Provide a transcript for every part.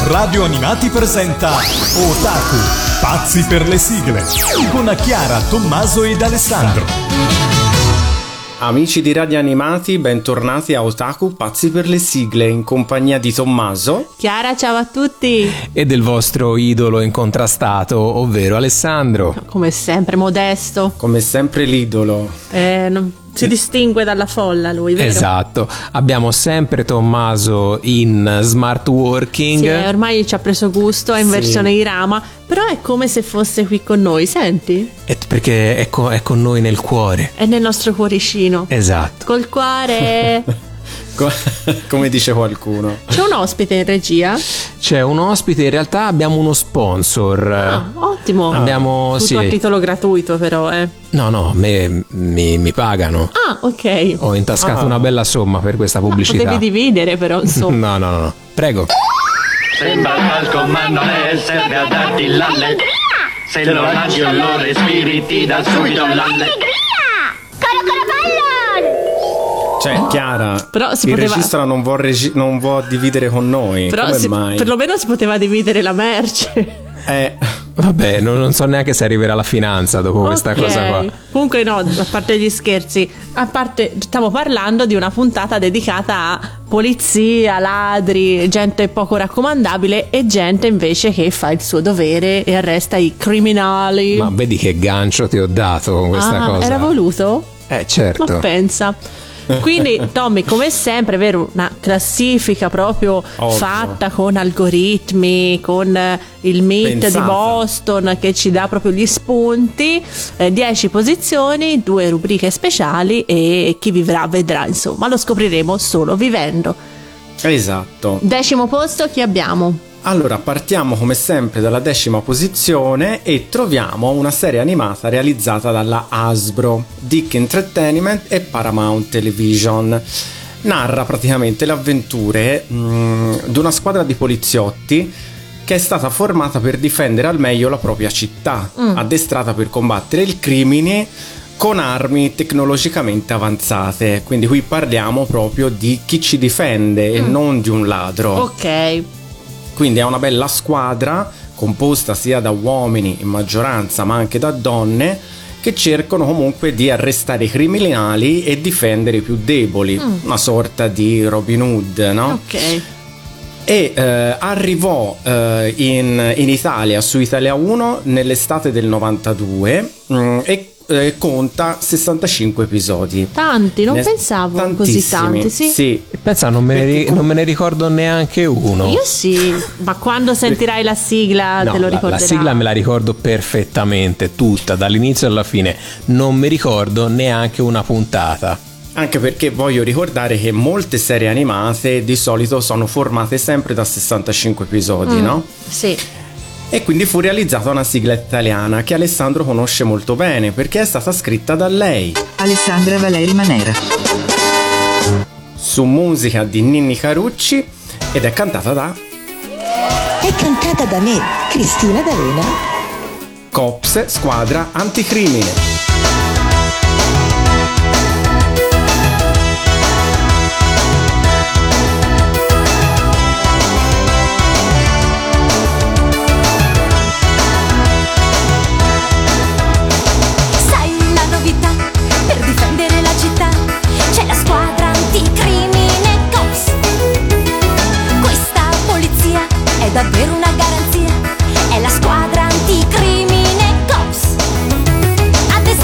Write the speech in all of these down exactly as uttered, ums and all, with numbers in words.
Radio Animati presenta Otaku, pazzi per le sigle, con Chiara, Tommaso ed Alessandro. Amici di Radio Animati, bentornati a Otaku, pazzi per le sigle, in compagnia di Tommaso. Chiara, ciao a tutti. E del vostro idolo incontrastato, ovvero Alessandro. Come sempre modesto. Come sempre l'idolo. Eh, non... Si distingue dalla folla lui, vero? Esatto. Abbiamo sempre Tommaso in smart working. Sì, ormai ci ha preso gusto, è in Sì. versione Irama, però è come se fosse qui con noi, senti? È perché è, co- è con noi nel cuore. È nel nostro cuoricino. Esatto. Col cuore. Come dice qualcuno. C'è un ospite in regia? C'è un ospite, in realtà abbiamo uno sponsor. Ah, ottimo. Abbiamo, Tutto sì. a titolo gratuito però, eh. No, no, me, mi, mi pagano. Ah, ok. Ho intascato Ah. una bella somma per questa pubblicità. Potevi dividere però, insomma. No, no, no, no. Prego. Sembra al comando e serve a darti l'alle. Se lo lanci o lo respiri ti dà subito l'alle. Cioè, Chiara, Però si il poteva- regista non vuol, regi- non vuol dividere con noi. Però Come si- mai? perlomeno si poteva dividere la merce. Eh, Vabbè, non, non so neanche se arriverà la finanza dopo questa Ok. cosa qua. Comunque no, a parte gli scherzi, a parte stiamo parlando di una puntata dedicata a polizia, ladri, gente poco raccomandabile e gente invece che fa il suo dovere e arresta i criminali. Ma vedi che gancio ti ho dato con questa ah, cosa. era voluto? Eh, certo. Ma pensa. Quindi Tommy, come sempre, vero, una classifica proprio Ovvio. fatta con algoritmi, con eh, il Meet Pensata. di Boston che ci dà proprio gli spunti, eh, dieci posizioni, due rubriche speciali e chi vivrà vedrà, insomma, lo scopriremo solo vivendo. esatto. Decimo posto, chi abbiamo? Allora, partiamo come sempre dalla decima posizione e troviamo una serie animata realizzata dalla Hasbro, Dick Entertainment e Paramount Television. Narra praticamente le avventure mh, di una squadra di poliziotti che è stata formata per difendere al meglio la propria città, Mm. addestrata per combattere il crimine con armi tecnologicamente avanzate. Quindi qui parliamo proprio di chi ci difende e non di un ladro. Ok. Quindi è una bella squadra composta sia da uomini in maggioranza ma anche da donne che cercano comunque di arrestare i criminali e difendere i più deboli, una sorta di Robin Hood, no? Ok. E eh, arrivò eh, in, in Italia su Italia uno nell'estate del novantadue mh, e eh, conta sessantacinque episodi. Tanti, non Ne- pensavo così tantissimi, tanti, sì. sì. Pensa, non me, ne ri- Perché- non me ne ricordo neanche uno. Io sì, ma quando sentirai la sigla No, te lo la, la ricorderai. sigla me la ricordo perfettamente, tutta, dall'inizio alla fine. Non mi ricordo neanche una puntata. Anche perché voglio ricordare che molte serie animate di solito sono formate sempre da sessantacinque episodi, no? Sì. E quindi fu realizzata una sigla italiana che Alessandro conosce molto bene perché è stata scritta da lei, Alessandra Valeri Manera. su musica di Ninni Carucci ed è cantata da È cantata da me, Cristina D'Avena. Cops, Squadra Anticrimine. Sai la novità? Per difendere la città c'è la squadra anticrimine Cops. Questa polizia è davvero una garanzia. È la squadra anticrimine Cops.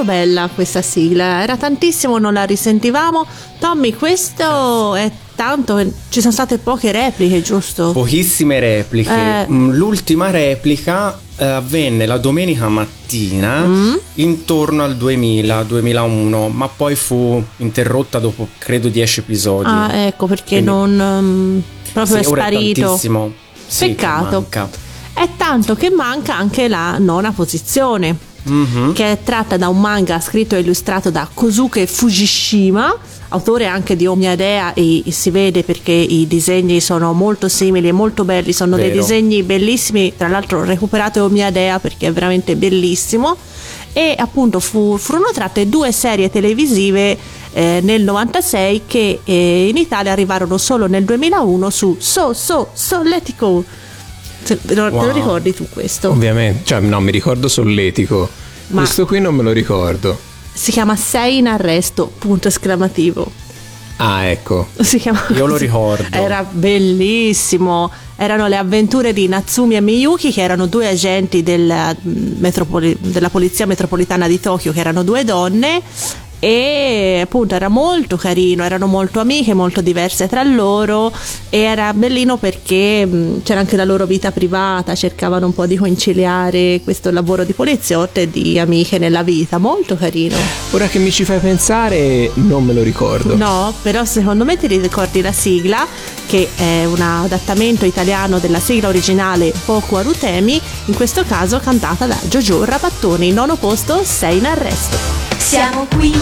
molto bella questa sigla, era tantissimo, non la risentivamo. Tommy, questo è tanto, ci sono state poche repliche, giusto? Pochissime repliche. Eh. L'ultima replica eh, avvenne la domenica mattina Mm. intorno al duemila duemilauno, ma poi fu interrotta dopo credo dieci episodi. Ah, ecco perché Quindi- non um, proprio Sì, è ora sparito. tantissimo. Sì, che Peccato. manca. È tanto che manca anche la nona posizione, Mhm. che è tratta da un manga scritto e illustrato da Kosuke Fujishima, autore anche di Omiadea, e si vede perché i disegni sono molto simili e molto belli, sono dei Vero. disegni bellissimi, tra l'altro recuperate Omiadea perché è veramente bellissimo. E appunto fu- furono tratte due serie televisive eh, nel novantasei che eh, in Italia arrivarono solo nel duemilauno su So So Solletico. Se- te lo, te lo Wow. ricordi tu questo? Ovviamente, cioè no, mi ricordo Solletico. Ma- Questo qui non me lo ricordo. Si chiama Sei in arresto, punto esclamativo. Ah, ecco. Si chiama Io lo così. ricordo. Era bellissimo. Erano le avventure di Natsumi e Miyuki, che erano due agenti del, mm, metropoli- della polizia metropolitana di Tokyo, che erano due donne. E appunto era molto carino, erano molto amiche, molto diverse tra loro, e era bellino perché mh, c'era anche la loro vita privata, cercavano un po' di conciliare questo lavoro di poliziotte e di amiche nella vita, molto carino. Ora che mi ci fai pensare, non me lo ricordo. No, però secondo me ti ricordi la sigla, che è un adattamento italiano della sigla originale Boku Arutemi, in questo caso cantata da Jojo Rapattoni, nono posto, Sei in arresto. Siamo qui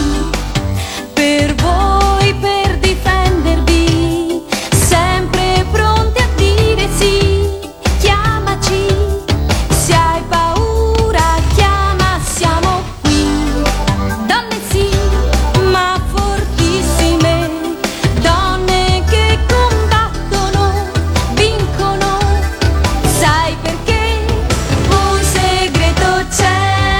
per voi, per difendervi, sempre pronti a dire sì. Chiamaci, se hai paura, chiama, siamo qui. Donne sì, ma fortissime, donne che combattono, vincono. Sai perché? Un segreto c'è.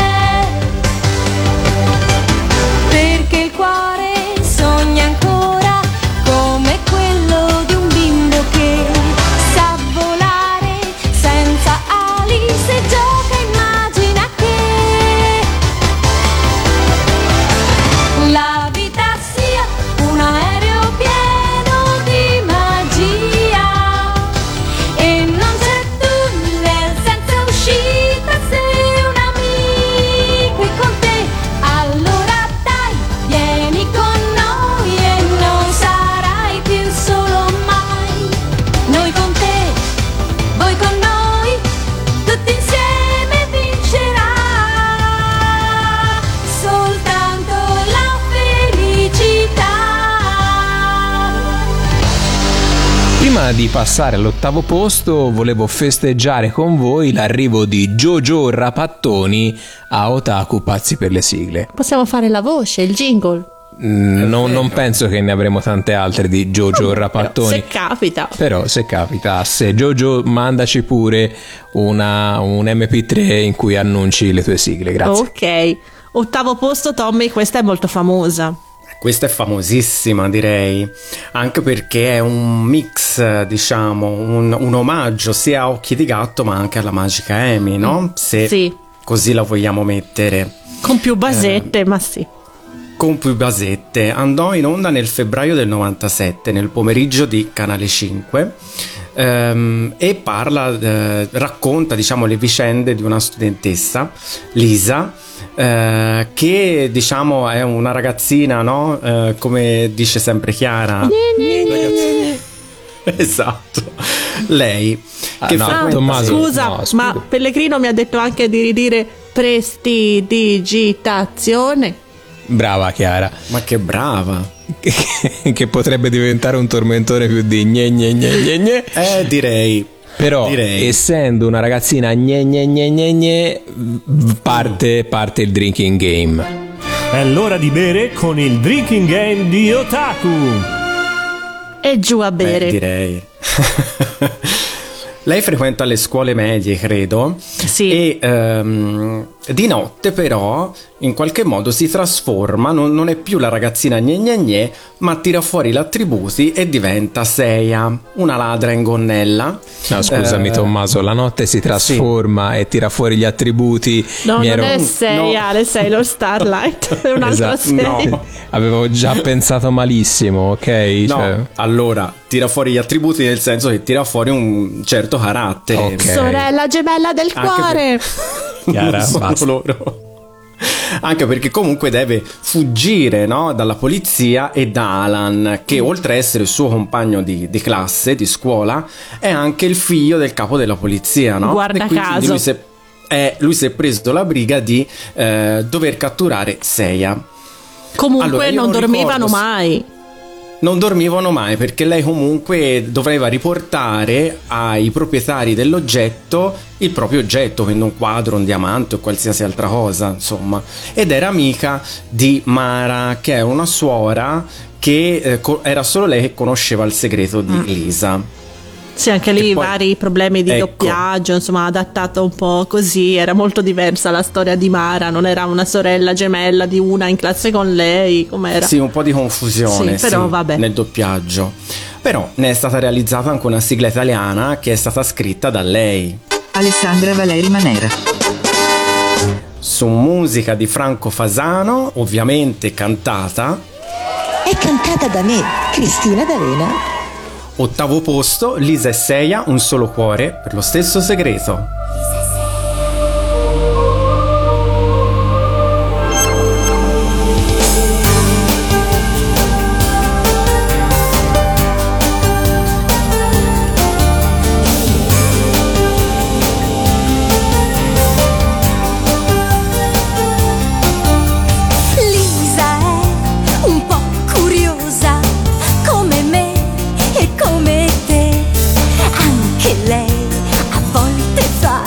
Perché il cuore sogna ancora come quello di un bimbo che sa volare senza ali, se gioca immagina che la vita sia un aereo pieno di magia e non c'è tunnel senza uscita, se un amico è con te, allora dai, vieni con noi e non sarai più solo mai. Noi con te, voi con noi, tutti insieme vincerà soltanto la felicità. Prima di passare all'ottavo posto, volevo festeggiare con voi l'arrivo di Jojo Rapattoni a Otaku Pazzi per le sigle. Possiamo fare la voce, il jingle, Mm, non, non penso che ne avremo tante altre di Jojo Rapattoni. se capita. Però se capitasse, Jojo, mandaci pure una, un emme pi tre in cui annunci le tue sigle, grazie. Ok, ottavo posto, Tommy, questa è molto famosa. Questa è famosissima, direi, anche perché è un mix, diciamo, un, un omaggio sia a Occhi di Gatto ma anche alla Magica Amy, no? Se Sì. così la vogliamo mettere. Con più basette, ma sì. Con più basette. Andò in onda nel febbraio del novantasette, nel pomeriggio di Canale cinque, ehm, e parla, eh, racconta, diciamo, le vicende di una studentessa, Lisa, eh, che, diciamo, è una ragazzina, no? Eh, come dice sempre Chiara. Esatto. Lei Ah, che no, frequenta- Tommaso, Scusa, no, scusa. ma Pellegrino mi ha detto anche di ridire prestidigitazione. Brava Chiara. Ma che brava. Che, che potrebbe diventare un tormentore più di gne gne gne gne gne. Eh, direi. Però, Direi. essendo una ragazzina gne gne gne gne gne, parte, parte il drinking game. È l'ora di bere con il drinking game di Otaku. E giù a bere. Beh, direi. Lei frequenta le scuole medie, credo. Sì. E ehm, Di notte però in qualche modo si trasforma, non, non è più la ragazzina gne gne gne, ma tira fuori gli attributi e diventa Seiya, una ladra in gonnella. No, scusami Eh, Tommaso, la notte si trasforma e tira fuori gli attributi. No, Mi non ero- è Seiya, no. le Sailor Starlight, è un altro Esatto, Seiya. no. Avevo già pensato malissimo, ok? No, Cioè, allora tira fuori gli attributi nel senso che tira fuori un certo carattere. Ok. Sorella gemella del Anche cuore. Chiara, non sono basta. loro. Anche perché comunque deve fuggire, no, dalla polizia e da Alan, che oltre a essere il suo compagno di, di classe, di scuola, è anche il figlio del capo della polizia, no? Guarda E quindi caso. Lui si è, eh, lui si è preso la briga di eh, dover catturare Seiya. Comunque Allora, io non, non dormivano ricordo se- mai. Non dormivano mai perché lei comunque doveva riportare ai proprietari dell'oggetto il proprio oggetto, quindi un quadro, un diamante o qualsiasi altra cosa, insomma. Ed era amica di Mara, che è una suora che eh, co- era solo lei che conosceva il segreto di Lisa. Sì, anche lì E poi- vari problemi di ecco. doppiaggio, insomma, adattato un po' così, era molto diversa la storia di Mara, non era una sorella gemella di una in classe con lei, com'era? Sì, un po' di confusione Sì, però sì, vabbè. nel doppiaggio. Però ne è stata realizzata anche una sigla italiana che è stata scritta da lei. Alessandra Valeri Manera. Su musica di Franco Fasano, ovviamente cantata. È cantata da me, Cristina D'Avena. Ottavo posto, Lisa e Seiya, Un solo cuore per lo stesso segreto. Lisa è un po' curiosa come me e come te. Anche lei a volte fa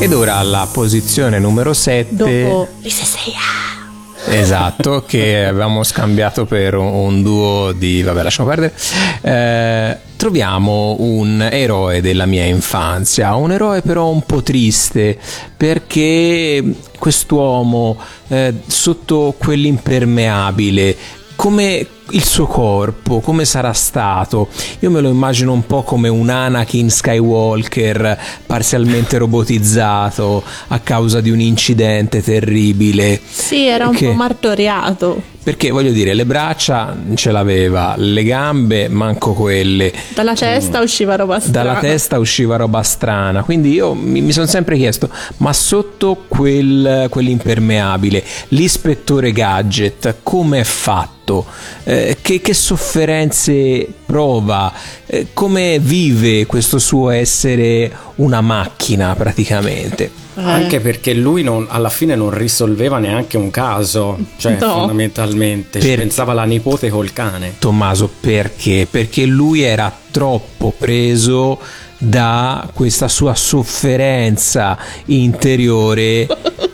Ed ora alla posizione numero sette. Dopo Liseseia. Esatto, che avevamo scambiato per un, un duo di... vabbè, lasciamo perdere. Eh, troviamo un eroe della mia infanzia, un eroe però un po' triste, perché quest'uomo eh, sotto quell'impermeabile, come il suo corpo, come sarà stato? Io me lo immagino un po' come un Anakin Skywalker parzialmente robotizzato a causa di un incidente terribile. Sì, era un che... po' martoriato. Perché voglio dire, le braccia ce l'aveva, le gambe manco quelle. Dalla testa mm. usciva roba strana. Dalla testa usciva roba strana. Quindi io mi, mi sono sempre chiesto, ma sotto quel, quell'impermeabile, l'ispettore Gadget come è fatto? Eh, che, che sofferenze prova? Eh, come vive questo suo essere una macchina praticamente? Eh. Anche perché lui non, alla fine non risolveva neanche un caso, cioè no. fondamentalmente per... pensava alla nipote col cane. Tommaso, perché? Perché lui era troppo preso da questa sua sofferenza interiore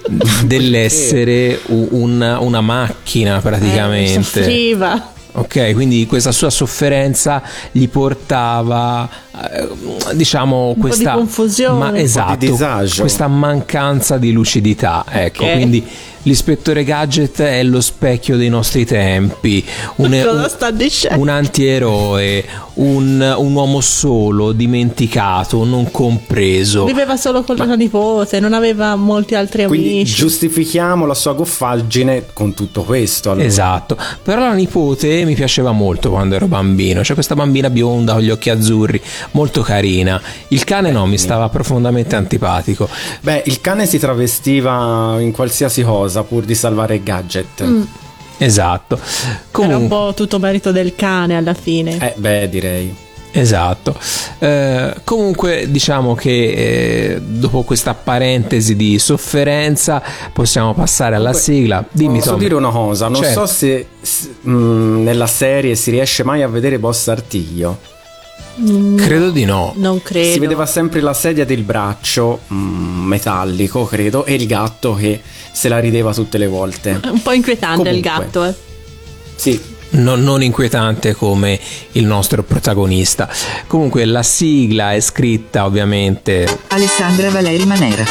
dell'essere una, una macchina praticamente. Eh, soffriva. Ok, quindi questa sua sofferenza gli portava, eh, diciamo, un questa po' di confusione, ma, esatto, un po' di disagio, questa mancanza di lucidità. Ecco, okay. Quindi l'ispettore Gadget è lo specchio dei nostri tempi, un, un, un antieroe, un, un uomo solo, dimenticato, non compreso. Viveva solo con Ma... la nipote, non aveva molti altri Quindi amici. Giustifichiamo la sua goffaggine con tutto questo. Allora. Esatto, però la nipote mi piaceva molto quando ero bambino, c'è questa bambina bionda con gli occhi azzurri, molto carina. Il cane no, mi stava profondamente antipatico. Beh, il cane si travestiva in qualsiasi cosa pur di salvare Gadget. Mm. Esatto. Comunque... Era un po' tutto merito del cane alla fine. Eh beh, direi. Esatto. Eh, comunque diciamo che eh, dopo questa parentesi di sofferenza possiamo passare alla comunque, sigla. Dimmi, posso Tom. dire una cosa, non certo. so se, se mh, nella serie si riesce mai a vedere Boss Artiglio. Mm, credo di no. Non credo. Si vedeva sempre la sedia del braccio mh, metallico, credo, e il gatto che se la rideva tutte le volte. Un po' inquietante. Comunque, il gatto, eh. Sì. No, non inquietante come il nostro protagonista. Comunque la sigla è scritta ovviamente Alessandra Valeri Manera.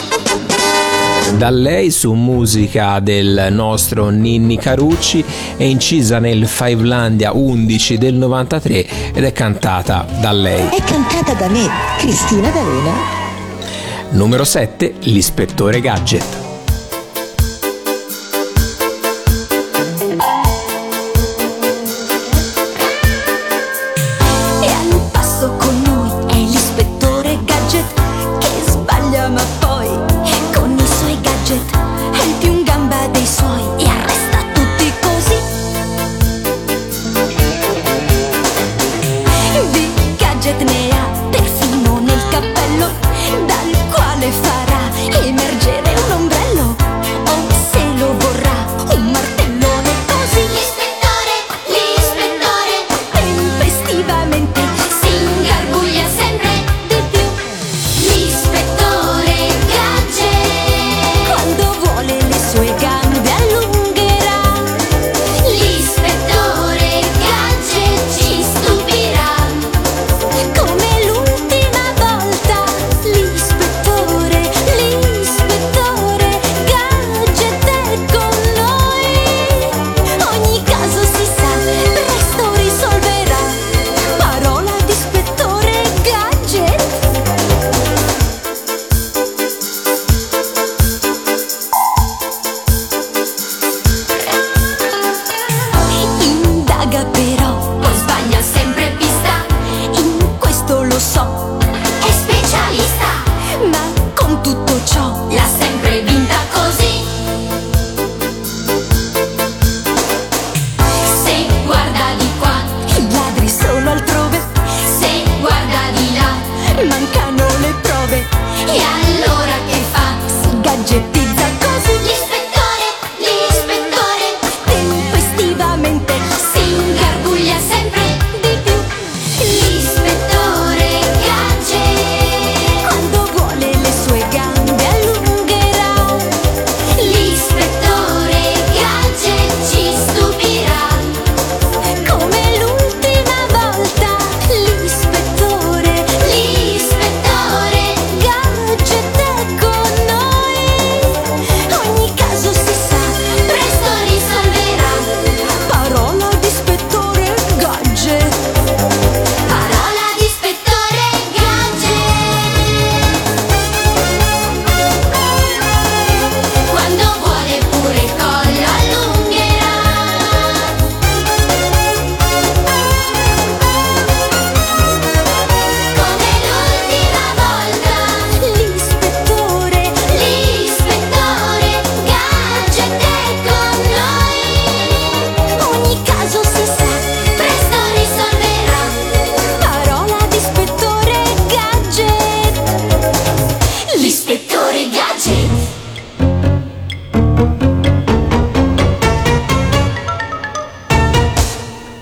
Da lei su musica del nostro Ninni Carucci, è incisa nel Fivelandia undici del novantatré ed è cantata da lei. È cantata da me, Cristina D'Avena. Numero sette, l'ispettore Gadget. Farà emergere un ombrello.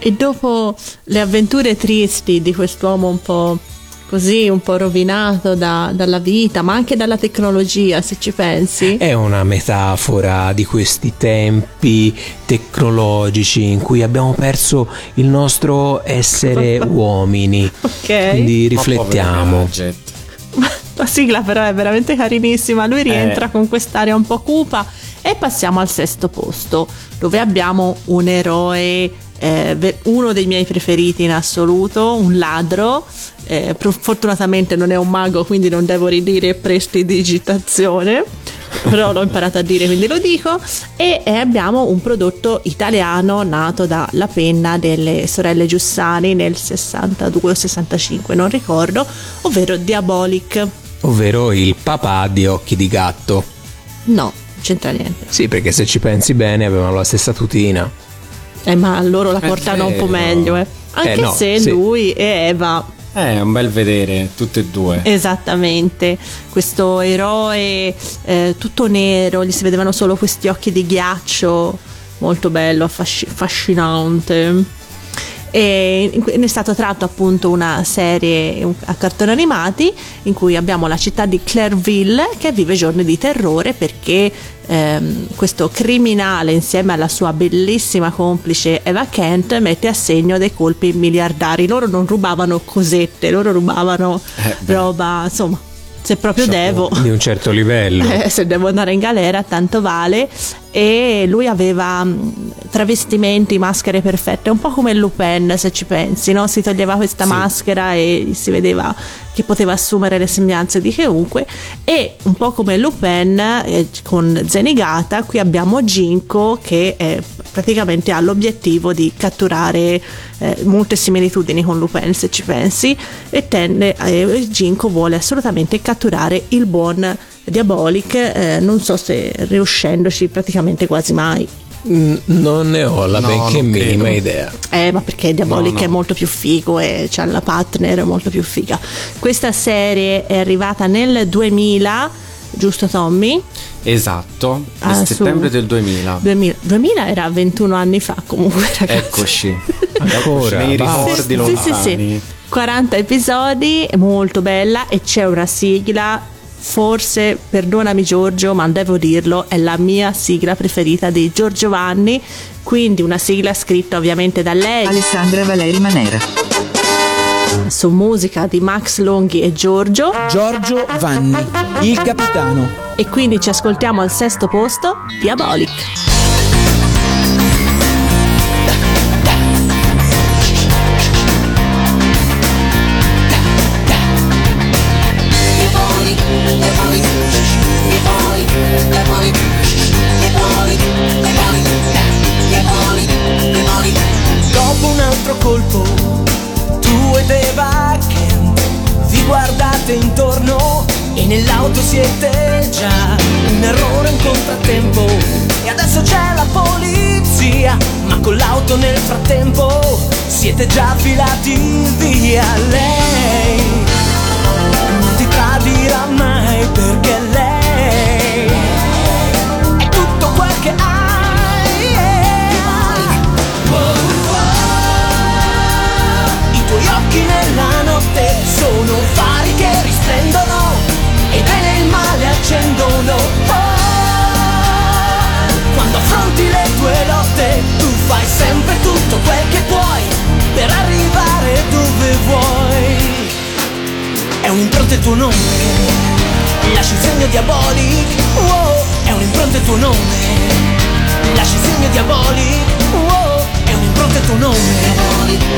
E dopo le avventure tristi di quest'uomo un po' così, un po' rovinato da, dalla vita, ma anche dalla tecnologia, se ci pensi. È una metafora di questi tempi tecnologici in cui abbiamo perso il nostro essere uomini. Ok. Quindi riflettiamo. La sigla però è veramente carinissima. Lui rientra eh. con quest'aria un po' cupa. E passiamo al sesto posto, dove abbiamo un eroe, eh, uno dei miei preferiti in assoluto, un ladro. Eh, fortunatamente non è un mago, quindi non devo ridire prestidigitazione, però l'ho imparato a dire, quindi lo dico. E eh, abbiamo un prodotto italiano nato dalla penna delle sorelle Giussani nel sessantadue o sessantacinque, non ricordo, ovvero Diabolic, ovvero il papà di Occhi di Gatto. No, non c'entra niente. Sì, perché se ci pensi bene avevano la stessa tutina. Eh, ma loro la portano un po' meglio, eh. Anche eh, no, se sì. lui e Eva. È un bel vedere, tutte e due. Esattamente, questo eroe eh, tutto nero, gli si vedevano solo questi occhi di ghiaccio, molto bello, affasc- affascinante. E ne è stato tratto appunto una serie a cartoni animati in cui abbiamo la città di Clairville che vive giorni di terrore perché ehm, questo criminale insieme alla sua bellissima complice Eva Kent mette a segno dei colpi miliardari. Loro non rubavano cosette, loro rubavano eh, roba, insomma, se proprio devo di un certo livello, eh, se devo andare in galera tanto vale. E lui aveva mh, travestimenti, maschere perfette, un po' come Lupin, se ci pensi, no? Si toglieva questa sì. maschera e si vedeva che poteva assumere le sembianze di chiunque. E un po' come Lupin eh, con Zenigata, qui abbiamo Ginko che eh, praticamente ha l'obiettivo di catturare eh, molte similitudini con Lupin, se ci pensi, e tende eh, Ginko vuole assolutamente catturare il buon Diabolic, eh, non so se riuscendoci praticamente quasi mai. Mm, non ne ho la no, benché minima credo. idea. Eh, ma perché Diabolic no, no. è molto più figo e c'ha la partner molto più figa. Questa serie è arrivata nel duemila, giusto Tommy? Esatto, nel ah, settembre su. del duemila. duemila. duemila era ventuno anni fa comunque, ragazzi. Eccoci, ancora nei ricordi sì, lontani. Sì, sì, sì. quaranta episodi, è molto bella e c'è una sigla. Forse, perdonami Giorgio, ma devo dirlo, è la mia sigla preferita di Giorgio Vanni, quindi una sigla scritta ovviamente da lei, Alessandra Valeri Manera, su musica di Max Longhi e Giorgio Giorgio Vanni, il capitano. E quindi ci ascoltiamo al sesto posto, Diabolic. Dopo un altro colpo, tu ed Eva Kent vi guardate intorno e nell'auto siete già un errore, un contrattempo. E adesso c'è la polizia, ma con l'auto nel frattempo siete già filati via. Lei non ti tradirà mai perché lei è tutto quel che hai. I tuoi occhi nella notte sono fari che risplendono e bene e il male accendono. Oh, quando affronti le tue lotte tu fai sempre tutto quel che puoi per arrivare dove vuoi. È un'impronta il tuo nome, lasci il segno Diabolic. Oh, è un'impronta il tuo nome, lasci il segno Diabolic. Oh, è un'impronta il tuo nome.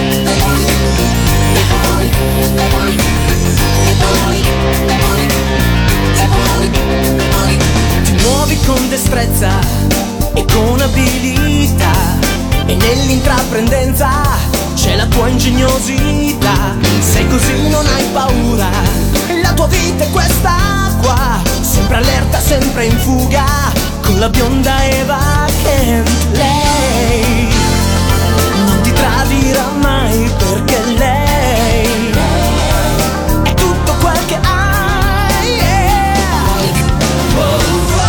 Ti muovi con destrezza e con abilità e nell'intraprendenza c'è la tua ingegnosità. Sei così, non hai paura, la tua vita è questa qua, sempre allerta, sempre in fuga, con la bionda Eva Kent. Lei non ti tradirà mai perché lei è tutto quel che hai. Yeah. Oh, oh.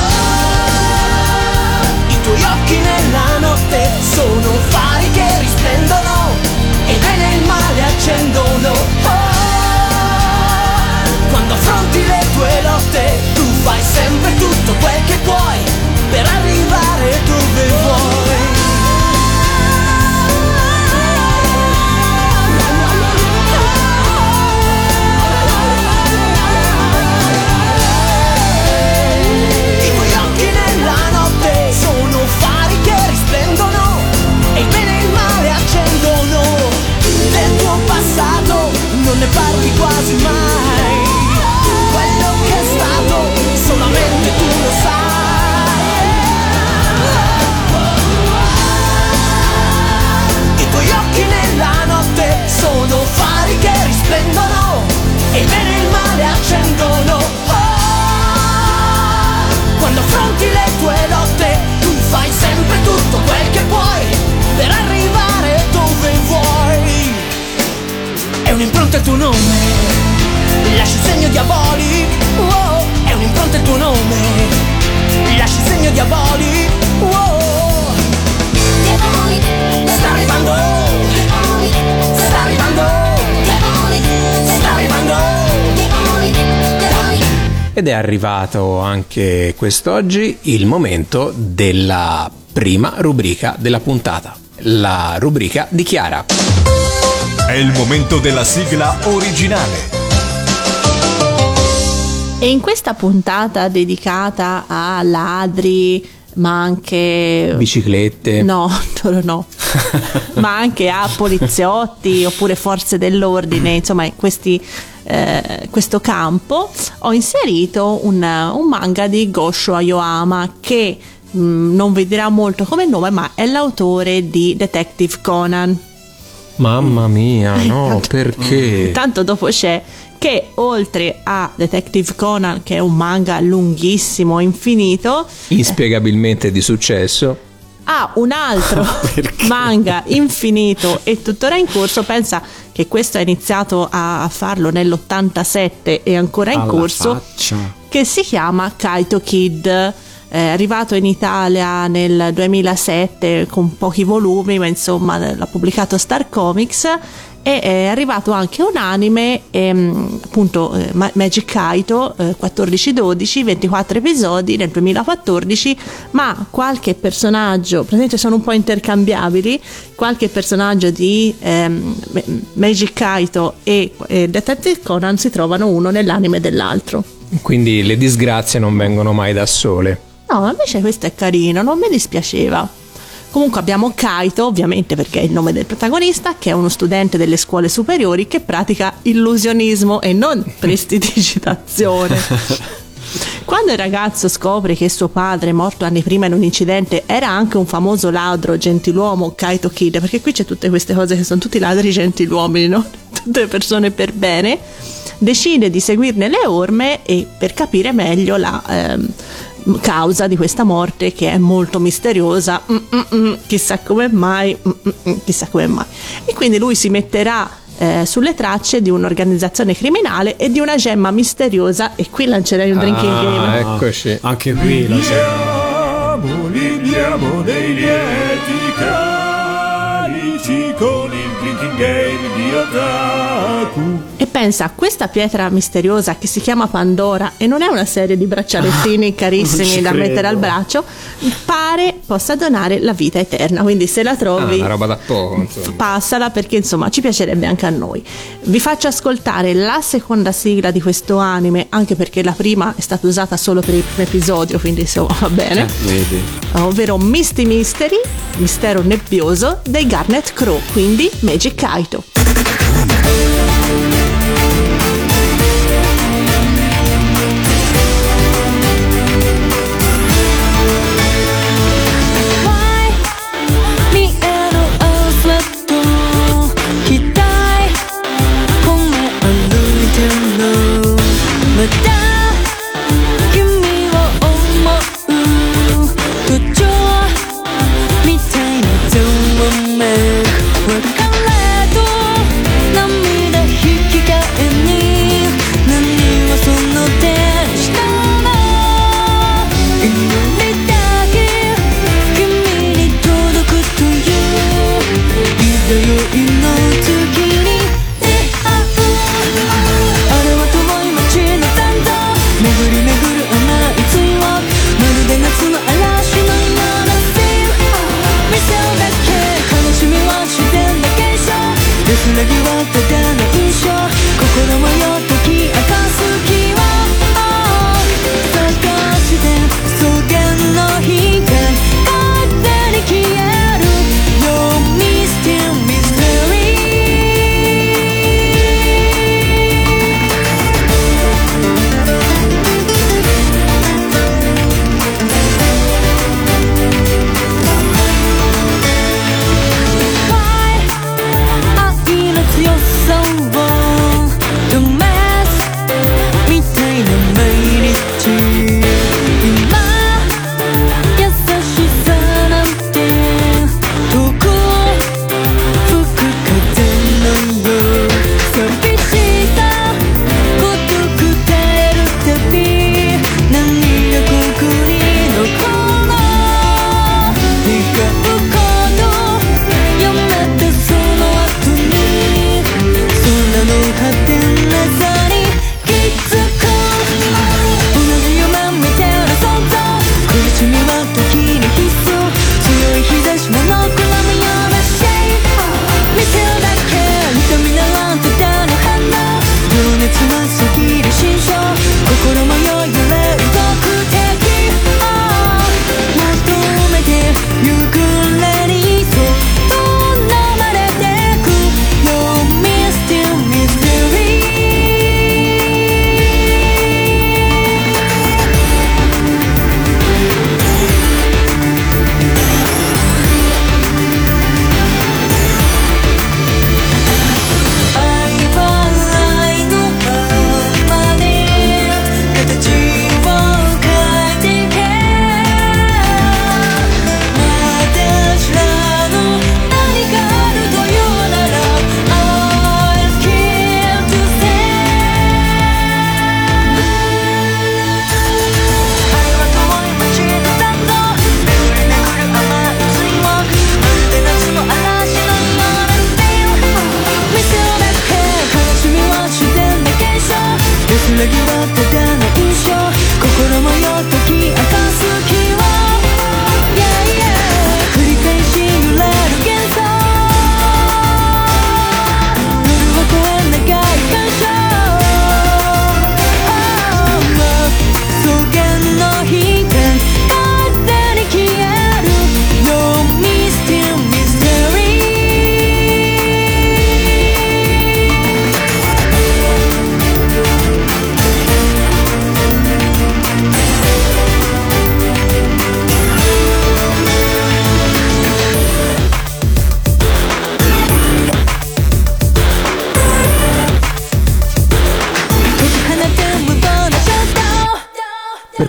I tuoi occhi nella notte sono fari che risplendono un'impronta il tuo nome, lasci il segno diabolico, oh, è un'impronta il tuo nome, lasci il segno diabolico, oh. Sta arrivando, sta arrivando, sta arrivando. Ed è arrivato anche quest'oggi il momento della prima rubrica della puntata, la rubrica di Chiara. È il momento della sigla originale. E in questa puntata dedicata a ladri, ma anche biciclette, no, no, no. ma anche a poliziotti oppure forze dell'ordine, insomma in questi, eh, questo campo ho inserito un, un manga di Gosho Aoyama che mh, non vi dirà molto come nome, ma è l'autore di Detective Conan. Mamma mia, no, perché? Tanto dopo c'è che oltre a Detective Conan, che è un manga lunghissimo, infinito, inspiegabilmente di successo, ha un altro manga infinito e tuttora in corso. Pensa che questo ha iniziato a farlo nell'ottantasette e ancora in Alla corso, faccia. che si chiama Kaito Kid. È arrivato in Italia nel duemilasette con pochi volumi, ma insomma l'ha pubblicato Star Comics, e è arrivato anche un anime, ehm, appunto eh, Magic Kaito, eh, quattordici dodici, ventiquattro episodi nel duemilaquattordici, ma qualche personaggio, praticamente sono un po' intercambiabili, qualche personaggio di ehm, Magic Kaito e eh, Detective Conan si trovano uno nell'anime dell'altro. Quindi le disgrazie non vengono mai da sole. No, invece questo è carino, non mi dispiaceva. Comunque abbiamo Kaito, ovviamente perché è il nome del protagonista, che è uno studente delle scuole superiori che pratica illusionismo e non prestidigitazione. Quando il ragazzo scopre che suo padre, morto anni prima in un incidente, era anche un famoso ladro gentiluomo, Kaito Kid, perché qui c'è tutte queste cose che sono tutti ladri gentiluomini, no? Tutte persone per bene, decide di seguirne le orme e per capire meglio la ehm, causa di questa morte, che è molto misteriosa, mm, mm, mm, chissà come mai, mm, mm, chissà come mai. E quindi lui si metterà eh, sulle tracce di un'organizzazione criminale e di una gemma misteriosa, e qui lancerei un drinking ah, game. Eccoci. Anche qui la gemma. Libiamo dei lieti calici con il drinking game di Otaku. E pensa a questa pietra misteriosa che si chiama Pandora, e non è una serie di braccialettini carissimi da credo. mettere al braccio, pare possa donare la vita eterna, quindi se la Ah, trovi una roba da poco, insomma. passala, perché insomma ci piacerebbe anche a noi. Vi faccio ascoltare la seconda sigla di questo anime, anche perché la prima è stata usata solo per il primo episodio, quindi insomma va bene, Vedi. ovvero Misty Mystery, mistero nebbioso dei Garnet Crow, quindi Magic Kaito. We're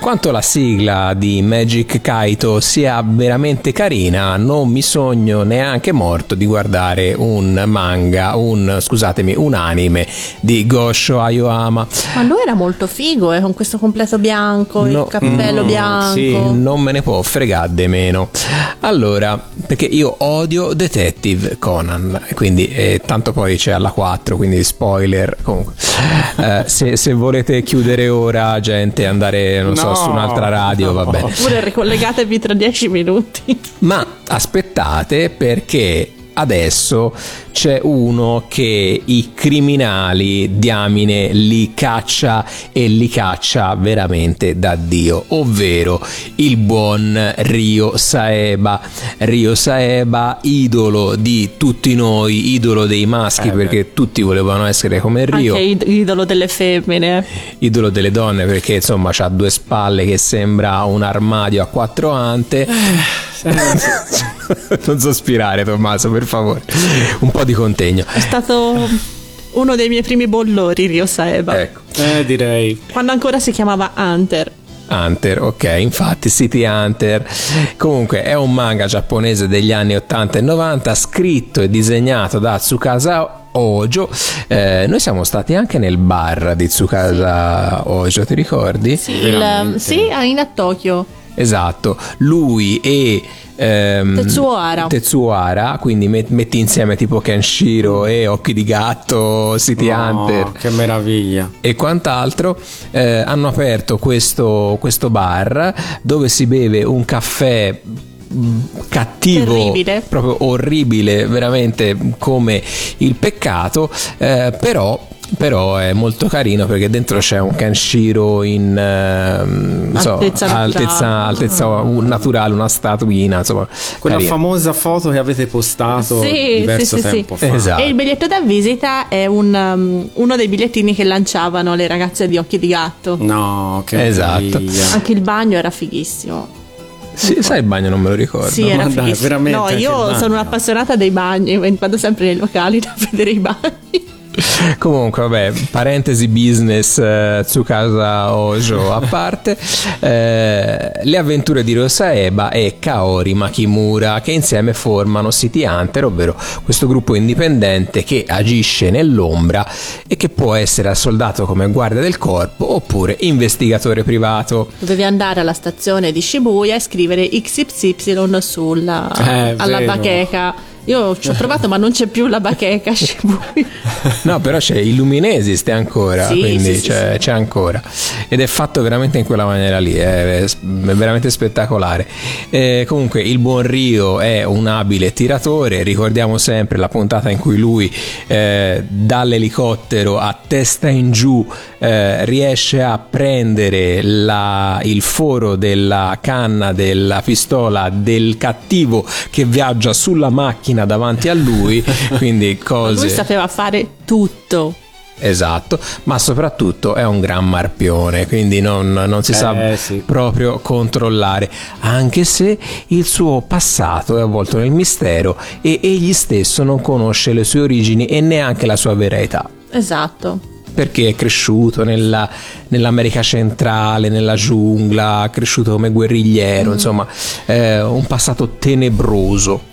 quanto la sigla di Magic Kaito sia veramente carina, non mi sogno neanche morto di guardare un manga, un scusatemi, un anime di Gosho Aoyama. Ma lui era molto figo, eh, con questo completo bianco, No, il cappello mm, bianco. Sì, non me ne può fregare di meno. Allora, perché io odio Detective Conan, quindi eh, tanto poi c'è alla quattro, quindi spoiler. Comunque, eh, se, se volete chiudere ora, gente, andare, non so, No, su un'altra radio, no. va bene. Oppure ricollegatevi tra dieci minuti. Ma aspettate, perché adesso c'è uno che i criminali diamine li caccia e li caccia veramente da Dio, ovvero il buon Ryo Saeba. Ryo Saeba, idolo di tutti noi, idolo dei maschi, Eh, perché beh. tutti volevano essere come Ryo, Anche id- idolo delle femmine. idolo delle donne perché insomma c'ha due spalle che sembra un armadio a quattro ante. Non sospirare, Tommaso, per favore, un po' di contegno. È stato uno dei miei primi bollori, Ryo Saeba. Ecco, Eh, direi. Quando ancora si chiamava Hunter. Hunter, ok, infatti City Hunter. Comunque è un manga giapponese degli anni ottanta e novanta, scritto e disegnato da Tsukasa Ojo. Eh, noi siamo stati anche nel bar di Tsukasa Ojo, ti ricordi? Sì, il, sì, a Tokyo. Esatto, lui e ehm, Tetsuo Tetsuo, quindi met- metti insieme tipo Kenshiro e Occhi di Gatto, City No, Hunter che meraviglia. e quant'altro, eh, hanno aperto questo, questo bar dove si beve un caffè mh, cattivo, Terribile. proprio orribile, veramente come il peccato, eh, però però è molto carino perché dentro c'è un Kenshiro in ehm, so, Altezza naturale. altezza, altezza naturale, una statuina, insomma, Quella carino. famosa foto che avete postato Sì, diverso sì, sì, tempo sì. fa. Esatto. E il biglietto da visita è un, um, uno dei bigliettini che lanciavano le ragazze di Occhi di Gatto. No, che Esatto. meraviglia. Anche il bagno era fighissimo. Sì, sai, il bagno non me lo ricordo. Sì, era ma dai, fighissimo. veramente, No, anche il io bagno. sono un'appassionata dei bagni, vado sempre nei locali a vedere i bagni. Comunque, vabbè, parentesi business, eh, Tsukasa Ojo a parte, eh, le avventure di Ryo Saeba e Kaori Makimura, che insieme formano City Hunter, ovvero questo gruppo indipendente che agisce nell'ombra e che può essere assoldato come guardia del corpo oppure investigatore privato. Dovevi andare alla stazione di Shibuya e scrivere X Y Z sulla Eh, alla vero. bacheca. Io ci ho provato, ma non c'è più la bacheca a Shibuya. No, però c'è Illuminesi, esiste ancora, Sì, quindi sì, sì, c'è, sì. c'è ancora, ed è fatto veramente in quella maniera lì, è, è veramente spettacolare. Eh, comunque il buon Ryo è un abile tiratore, ricordiamo sempre la puntata in cui lui eh, dall'elicottero a testa in giù eh, riesce a prendere la, il foro della canna della pistola del cattivo che viaggia sulla macchina davanti a lui, quindi cose... Lui sapeva fare tutto. Esatto, ma soprattutto è un gran marpione, quindi non, non si Eh, sa sì. proprio controllare, anche se il suo passato è avvolto nel mistero e egli stesso non conosce le sue origini e neanche la sua vera età, Esatto. perché è cresciuto nella, nell'America centrale, nella giungla, è cresciuto come guerrigliero, Mm. insomma, eh, un passato tenebroso.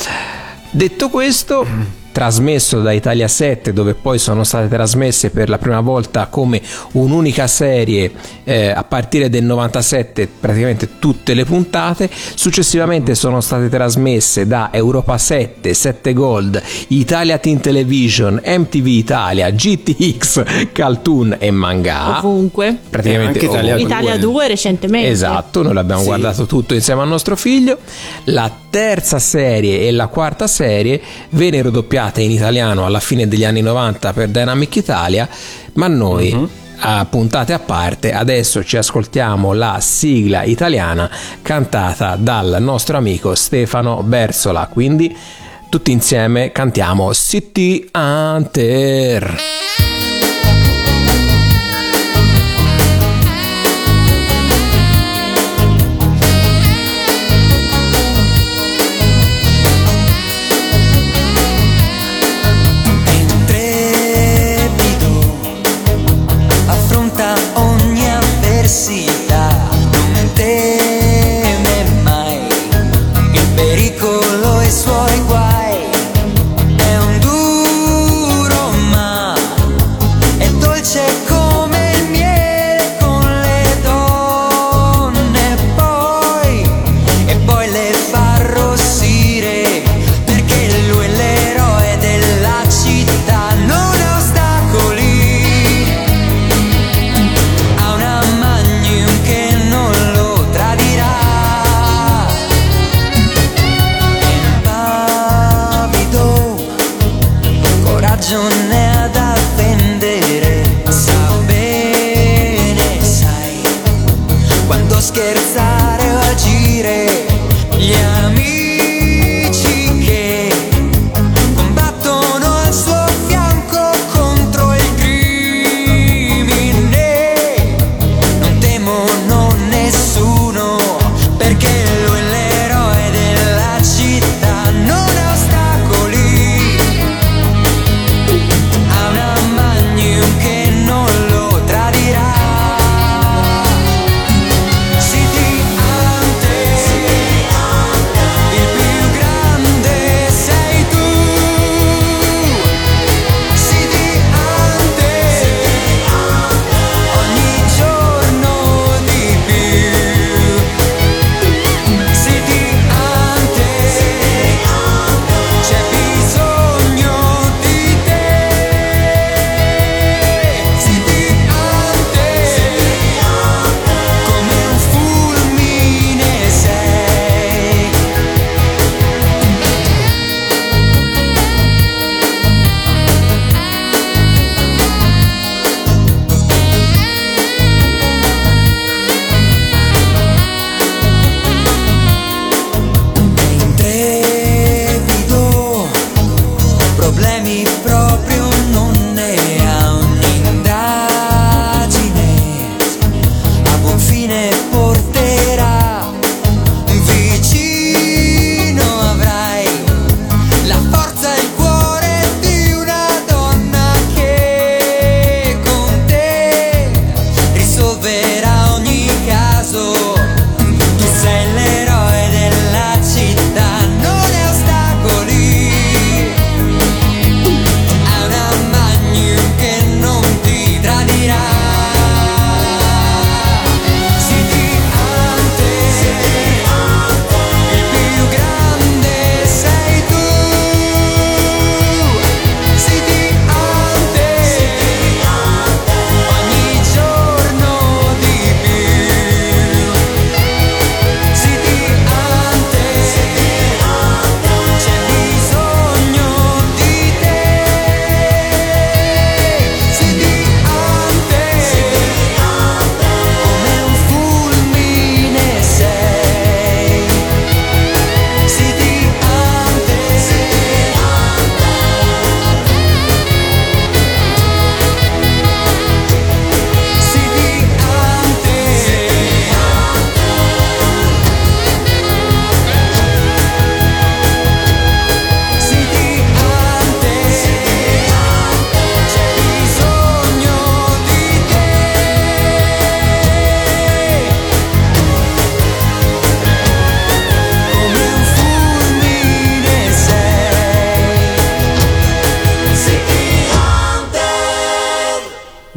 Detto questo, trasmesso da Italia sette, dove poi sono state trasmesse per la prima volta come un'unica serie eh, a partire del novantasette praticamente tutte le puntate, successivamente sono state trasmesse da Europa sette, sette Gold, Italia Teen Television, M T V Italia, G T X, Cartoon e Manga. Ovunque. Praticamente Eh, anche Italia ovunque. Italia due recentemente. Esatto, noi l'abbiamo Sì. guardato tutto insieme al nostro figlio. La terza serie e la quarta serie vennero doppiate in italiano alla fine degli anni novanta per Dynamic Italia, ma noi Mhm. a puntate a parte adesso ci ascoltiamo la sigla italiana cantata dal nostro amico Stefano Bersola, quindi tutti insieme cantiamo City Hunter. Affronta ogni avversità, non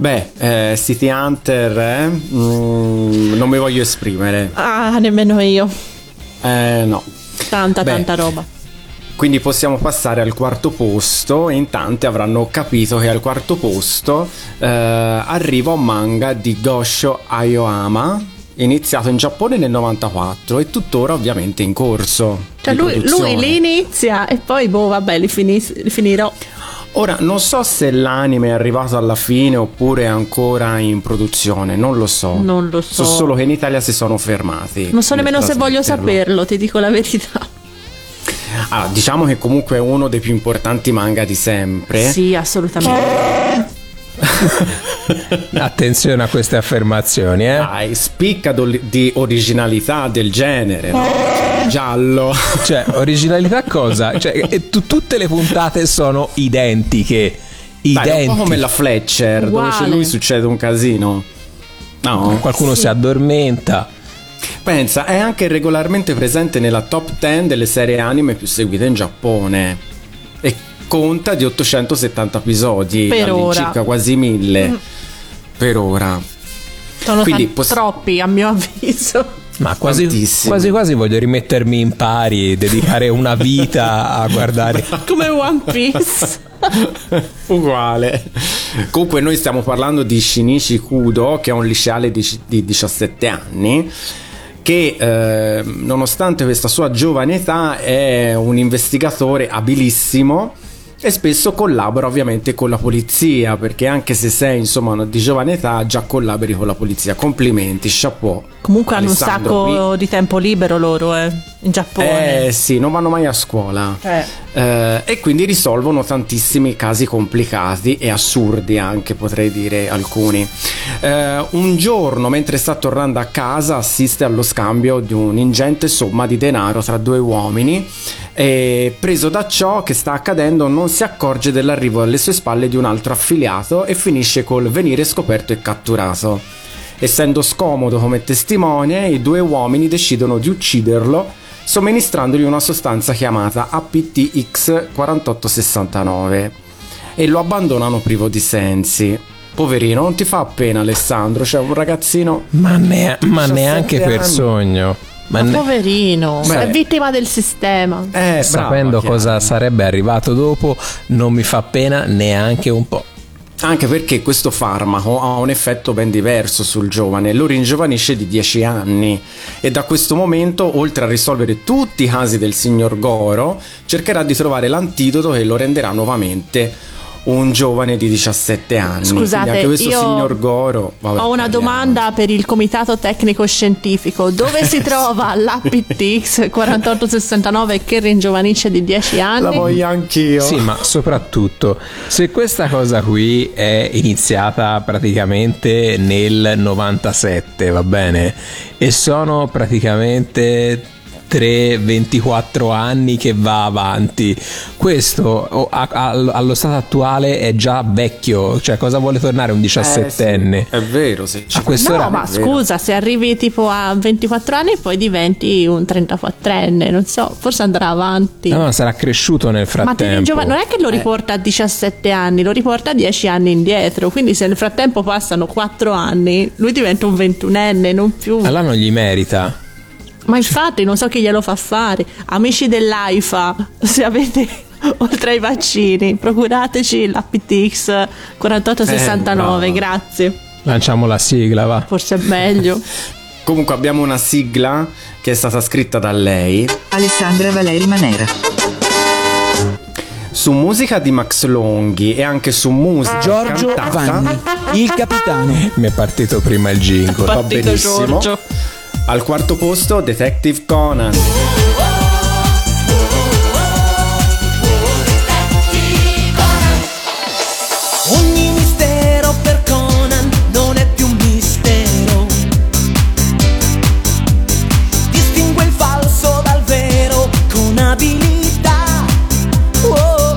Beh, eh, City Hunter, eh? mm, non mi voglio esprimere. Ah, nemmeno io. Eh, no. Tanta, Beh, tanta roba. Quindi possiamo passare al quarto posto e in tanti avranno capito che al quarto posto eh, arriva un manga di Gosho Aoyama, iniziato in Giappone nel novantaquattro e tuttora ovviamente in corso. Cioè lui, lui li inizia e poi boh vabbè li, finis- li finirò. Ora non so se l'anime è arrivato alla fine oppure è ancora in produzione, non lo so. Non lo so. So solo che in Italia si sono fermati. Non so nemmeno se voglio trasmetterlo. saperlo, ti dico la verità. Allora, diciamo che comunque è uno dei più importanti manga di sempre. Sì, assolutamente. Attenzione a queste affermazioni, eh. Dai, spicca do- di originalità del genere, no? Giallo. Cioè, originalità cosa? Cioè, e tu- tutte le puntate sono identiche. Dai, Identiche. è un po' come la Fletcher, Uguale. dove c'è lui succede un casino. No? Qualcuno Sì. si addormenta. Pensa, è anche regolarmente presente nella top dieci delle serie anime più seguite in Giappone e conta di ottocentosettanta episodi, Per ora. all'incirca quasi mille mm. per ora. Sono Quindi tan- poss- troppi a mio avviso. Ma quasi, Tantissimi. quasi quasi voglio rimettermi in pari, dedicare una vita a guardare. Come One Piece. Uguale. Comunque noi stiamo parlando di Shinichi Kudo, che è un liceale di, di diciassette anni, che eh, nonostante questa sua giovane età è un investigatore abilissimo e spesso collabora ovviamente con la polizia, perché anche se sei insomma di giovane età già collabori con la polizia. Complimenti, chapeau. Comunque hanno un Alessandro, sacco qui- di tempo libero loro, eh, in Giappone. Eh sì, non vanno mai a scuola. Eh. Eh, e quindi risolvono tantissimi casi complicati e assurdi anche, potrei dire alcuni. Eh, un giorno, mentre sta tornando a casa, assiste allo scambio di un'ingente somma di denaro tra due uomini e, preso da ciò che sta accadendo, non si accorge dell'arrivo alle sue spalle di un altro affiliato e finisce col venire scoperto e catturato. Essendo scomodo come testimone, i due uomini decidono di ucciderlo somministrandogli una sostanza chiamata A P T X quarantotto sessantanove e lo abbandonano privo di sensi. Poverino, non ti fa pena Alessandro? C'è un ragazzino Ma, ne- ma diciassette neanche per anni. sogno. Ma Ma ne- poverino, Beh. è vittima del sistema. Eh, sapendo brava, cosa Chiara. sarebbe arrivato dopo, non mi fa pena neanche un po'. Anche perché questo farmaco ha un effetto ben diverso sul giovane, lo ringiovanisce di dieci anni e da questo momento, oltre a risolvere tutti i casi del signor Goro, cercherà di trovare l'antidoto che lo renderà nuovamente un giovane di diciassette anni. Scusate, Quindi anche questo io signor Goro, vabbè, Ho una parliamo. domanda per il comitato tecnico scientifico. Dove si trova l'A P T X quarantotto sessantanove che ringiovanisce di dieci anni? La voglio anch'io. Sì, ma soprattutto se questa cosa qui è iniziata praticamente nel novantasette, va bene? E sono praticamente tre ventiquattro anni che va avanti. Questo oh, a- a- allo stato attuale è già vecchio, cioè cosa vuole tornare un diciassettenne? Eh, sì, è vero, sì. A quest'ora No, ma è vero. scusa, se arrivi tipo a ventiquattro anni poi diventi un trentaquattrenne, non so, forse andrà avanti. No, no, sarà cresciuto nel Ma ti frattempo. ringiova- non è che lo riporta a diciassette anni, lo riporta dieci anni indietro, quindi se nel frattempo passano quattro anni, lui diventa un ventunenne, non più. Allora non gli merita. Ma infatti non so chi glielo fa fare. Amici dell'AIFA, se avete oltre ai vaccini, procurateci l'A P T X quarantotto sessantanove, Eh, grazie. Lanciamo la sigla, va. Forse è meglio. Comunque abbiamo una sigla che è stata scritta da lei Alessandra Valeri Manera. su musica di Max Longhi e anche su musica Giorgio cantata. Vanni, il capitano. Mi è partito prima il jingle. Va Partito benissimo. Giorgio. Al quarto posto Detective Conan. Ogni mistero per Conan non è più un mistero. Distingue il falso dal vero con abilità. Oh.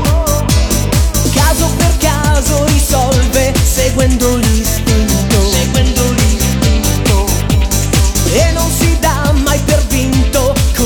Caso per caso risolve seguendo l'istinto. Seguendo l'istinto. E non si dà mai per vinto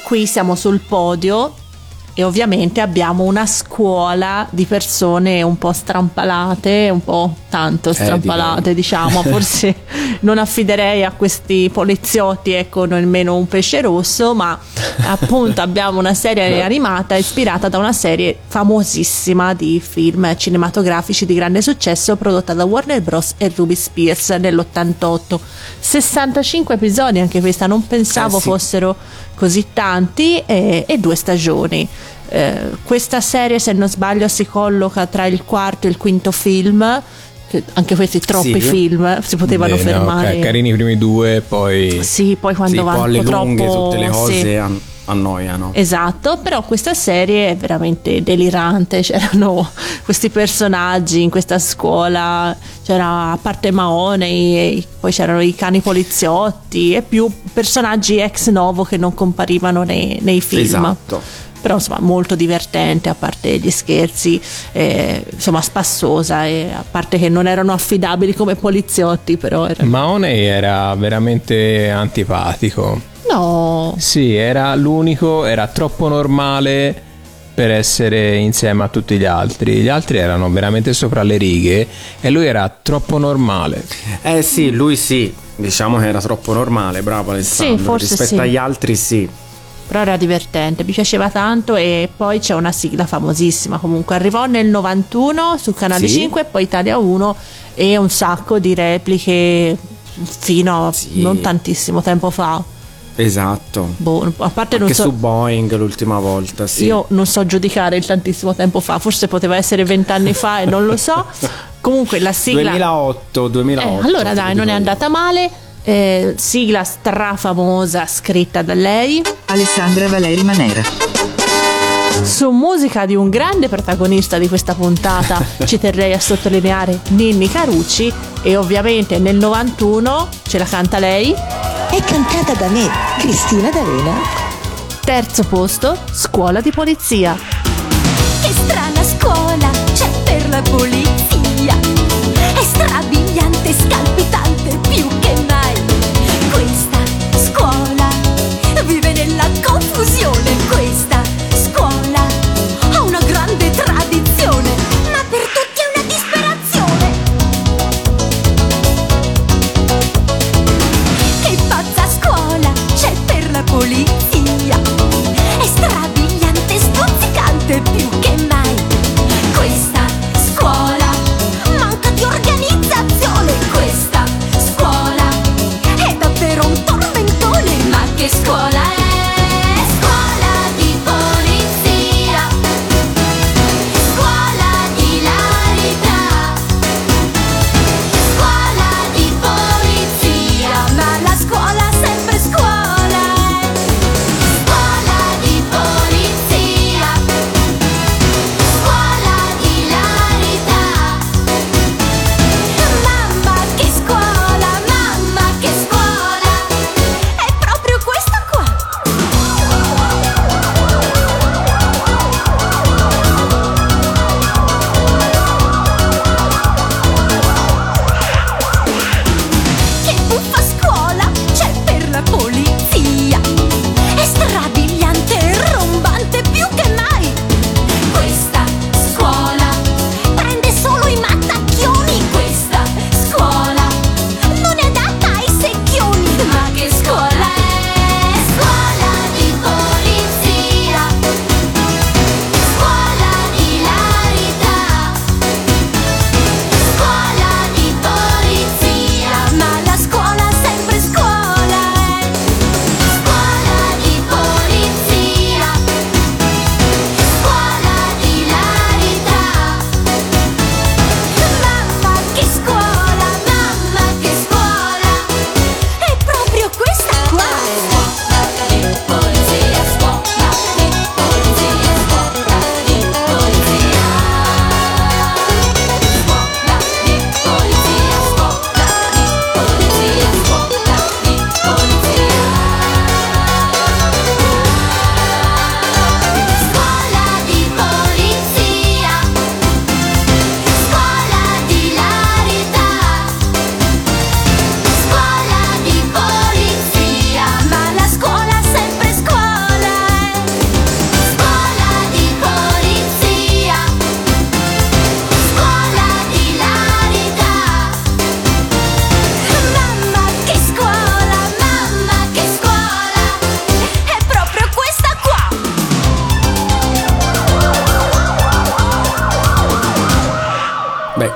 qui siamo sul podio e ovviamente abbiamo una scuola di persone un po' strampalate, un po' tanto strampalate, eh, diciamo. Forse non affiderei a questi poliziotti, ecco, nemmeno un pesce rosso, ma appunto abbiamo una serie animata ispirata da una serie famosissima di film cinematografici di grande successo prodotta da Warner Bros. E Ruby Spears nell'ottantotto. sessantacinque episodi, anche questa, non pensavo eh sì. fossero così tanti, e, e due stagioni. Eh, questa serie, se non sbaglio, si colloca tra il quarto e il quinto film. Anche questi troppi sì. film si potevano Beh, fermare. No, carini i primi due, poi sì, poi quando sì, vanno alle troppo lunghe tutte le cose sì. an- annoiano. Esatto, però questa serie è veramente delirante. C'erano questi personaggi in questa scuola, c'era, a parte Mahone, e poi c'erano i cani poliziotti e più personaggi ex novo che non comparivano nei, nei film. Esatto. Però insomma molto divertente, a parte gli scherzi, eh, insomma spassosa, e a parte che non erano affidabili come poliziotti, però era... Mahone era veramente antipatico. No, sì, era l'unico, era troppo normale per essere insieme a tutti gli altri. Gli altri erano veramente sopra le righe e lui era troppo normale. Eh sì, lui sì, diciamo che era troppo normale, bravo Alessandro. Sì, forse rispetto sì. agli altri sì. Però era divertente, mi piaceva tanto. E poi c'è una sigla famosissima, comunque arrivò nel novantuno su Canale sì. cinque, poi Italia uno, e un sacco di repliche fino a sì. non tantissimo tempo fa. Esatto. Boh, a parte anche non so, su Boeing l'ultima volta sì. Io non so giudicare il tantissimo tempo fa, forse poteva essere vent'anni fa e non lo so. Comunque la sigla duemilaotto duemilaotto eh, allora dai, non è andata male. Eh, sigla strafamosa scritta da lei, Alessandra Valeri Manera. Su musica di un grande protagonista di questa puntata, ci terrei a sottolineare Ninni Carucci, e ovviamente nel novantuno ce la canta lei. È cantata da me, Cristina D'Avena. Terzo posto, Scuola di Polizia. Che strana scuola c'è per la polizia, è strabiliante, scalpitante più che mai. Questa scuola vive nella confusione, questa scuola ha una grande tradizione, ma per tutti è una disperazione. Che pazza scuola c'è per la polizia, è strabiliante, stuzzicante più che mai. Questa scuola manca di organizzazione, questa scuola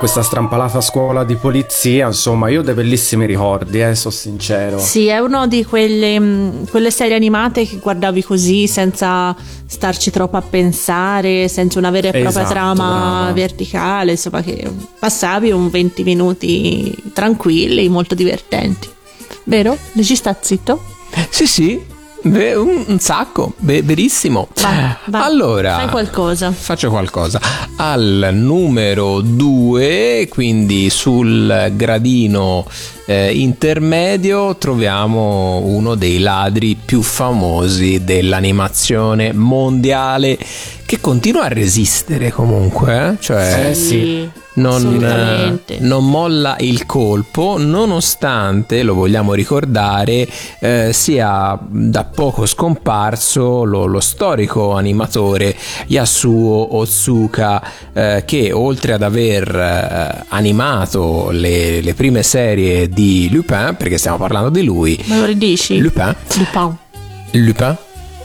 questa strampalata scuola di polizia, insomma io ho dei bellissimi ricordi, eh, sono sincero. Sì, è uno di quelle, mh, quelle serie animate che guardavi così senza starci troppo a pensare, senza una vera e propria Esatto, trama brava. verticale, insomma, che passavi un venti minuti tranquilli, molto divertenti. Vero? Regista zitto? Sì, sì, ve- un, un sacco, ve- verissimo. Vai, vai, Allora, fai qualcosa. faccio qualcosa. Al numero due, quindi sul gradino eh, intermedio, troviamo uno dei ladri più famosi dell'animazione mondiale, che continua a resistere comunque, eh? Cioè Eh, sì. non, assolutamente. non molla il colpo, nonostante, lo vogliamo ricordare, eh, sia da poco scomparso lo, lo storico animatore Yasuo Otsuka, eh, che oltre ad aver eh, animato le, le prime serie di Lupin, perché stiamo parlando di lui, Me lo ridici? Lupin, Lupin. Lupin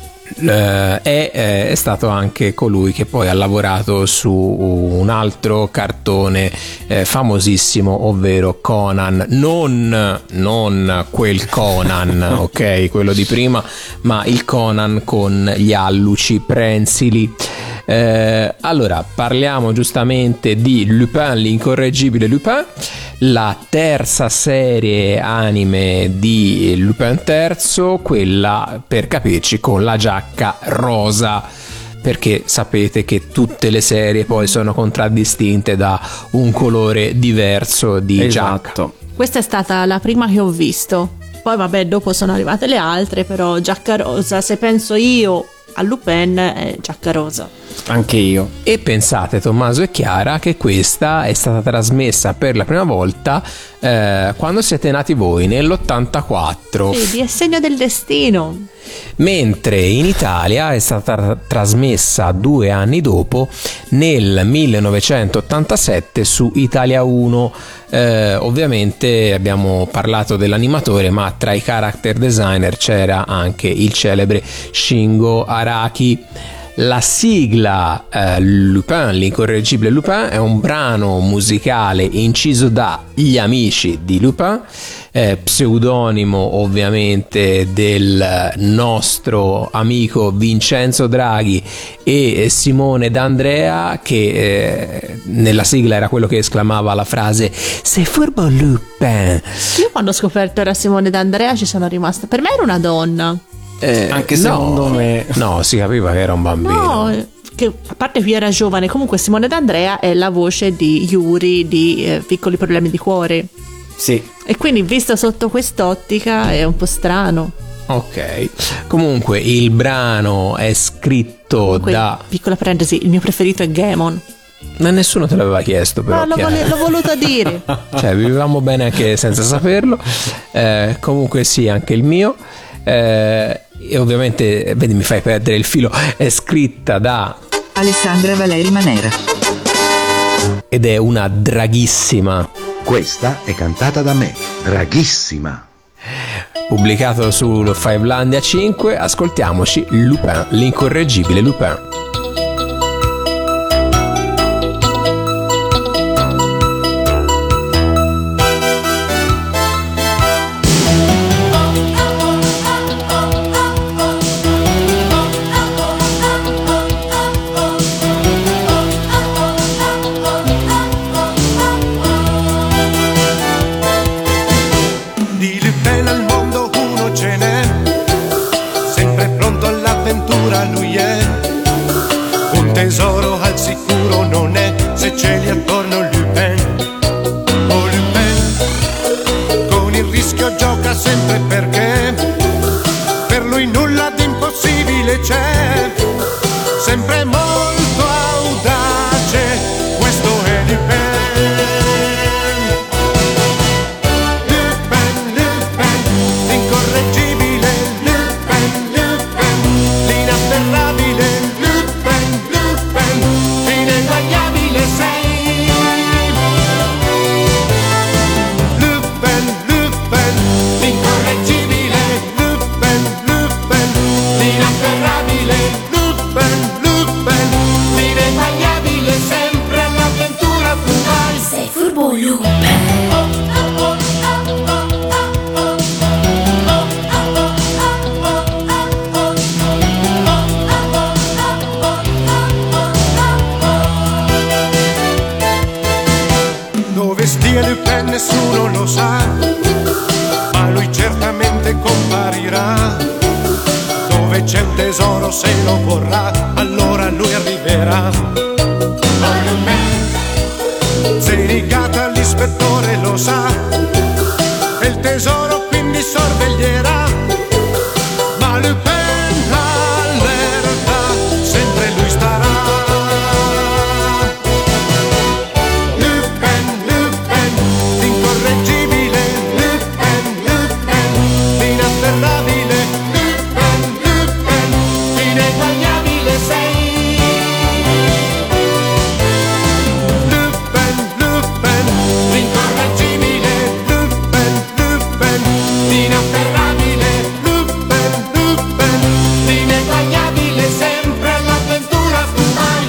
eh, è, è stato anche colui che poi ha lavorato su un altro cartone eh, famosissimo, ovvero Conan, non, non quel Conan, ok, quello di prima, ma il Conan con gli alluci prensili. Eh, allora, parliamo giustamente di Lupin, l'incorreggibile Lupin, la terza serie anime di Lupin terzo, quella, per capirci, con la giacca rosa, perché sapete che tutte le serie poi sono contraddistinte da un colore diverso di giacca. Esatto. Questa è stata la prima che ho visto. Poi vabbè, dopo sono arrivate le altre, però giacca rosa, se penso io a Lupin, è giacca rosa. Anche io. E pensate, Tommaso e Chiara, che questa è stata trasmessa per la prima volta eh, quando siete nati voi, nell'ottantaquattro. Vedi, è segno del destino. Mentre in Italia è stata tra- trasmessa due anni dopo, nel millenovecentottantasette, su Italia uno. Eh, ovviamente abbiamo parlato dell'animatore, ma tra i character designer c'era anche il celebre Shingo Araki. La sigla eh, Lupin, l'incorreggibile Lupin, è un brano musicale inciso dagli amici di Lupin, eh, pseudonimo ovviamente del nostro amico Vincenzo Draghi e Simone D'Andrea, che eh, nella sigla era quello che esclamava la frase "C'est furbo Lupin". Io quando ho scoperto era Simone D'Andrea ci sono rimasta. Per me era una donna. Eh, Anche no, secondo me. no, si capiva che era un bambino. No, che a parte che era giovane, comunque Simone D'Andrea è la voce di Yuri di eh, Piccoli problemi di cuore. Sì. E quindi visto sotto quest'ottica è un po' strano. Ok, comunque il brano è scritto Comunque, da... piccola parentesi, il mio preferito è Gaemon. Ma nessuno te l'aveva chiesto, però. Ma l'ho, Chiara. vole- l'ho voluto dire. Cioè, vivevamo bene anche senza saperlo. Eh, comunque sì, anche il mio. Eh, e ovviamente, vedi, mi fai perdere il filo. È scritta da Alessandra Valeri Manera. ed è una draghissima. Questa è cantata da me, draghissima. Pubblicato su Fivelandia cinque. Ascoltiamoci Lupin, l'incorreggibile Lupin. Di Lupin al mondo uno ce n'è, sempre pronto all'avventura lui è. sparirà. Dove c'è un tesoro se lo vorrà, allora lui arriverà. Voglio me, Zenigata l'ispettore lo sa, e il tesoro quindi sorveglierà. Ma Lupin allerta, sempre lui starà. Lupin, Lupin, l'incorreggibile. Lupin, Lupin, l'inafferrabile. Lupin, Lupin, l'ineguagliabile sei. Lupin, Lupin, l'incorreggibile. Lupin, Lupin, l'inafferrabile. Lupin, Lupin, l'ineguagliabile, sempre all'avventura tu vai.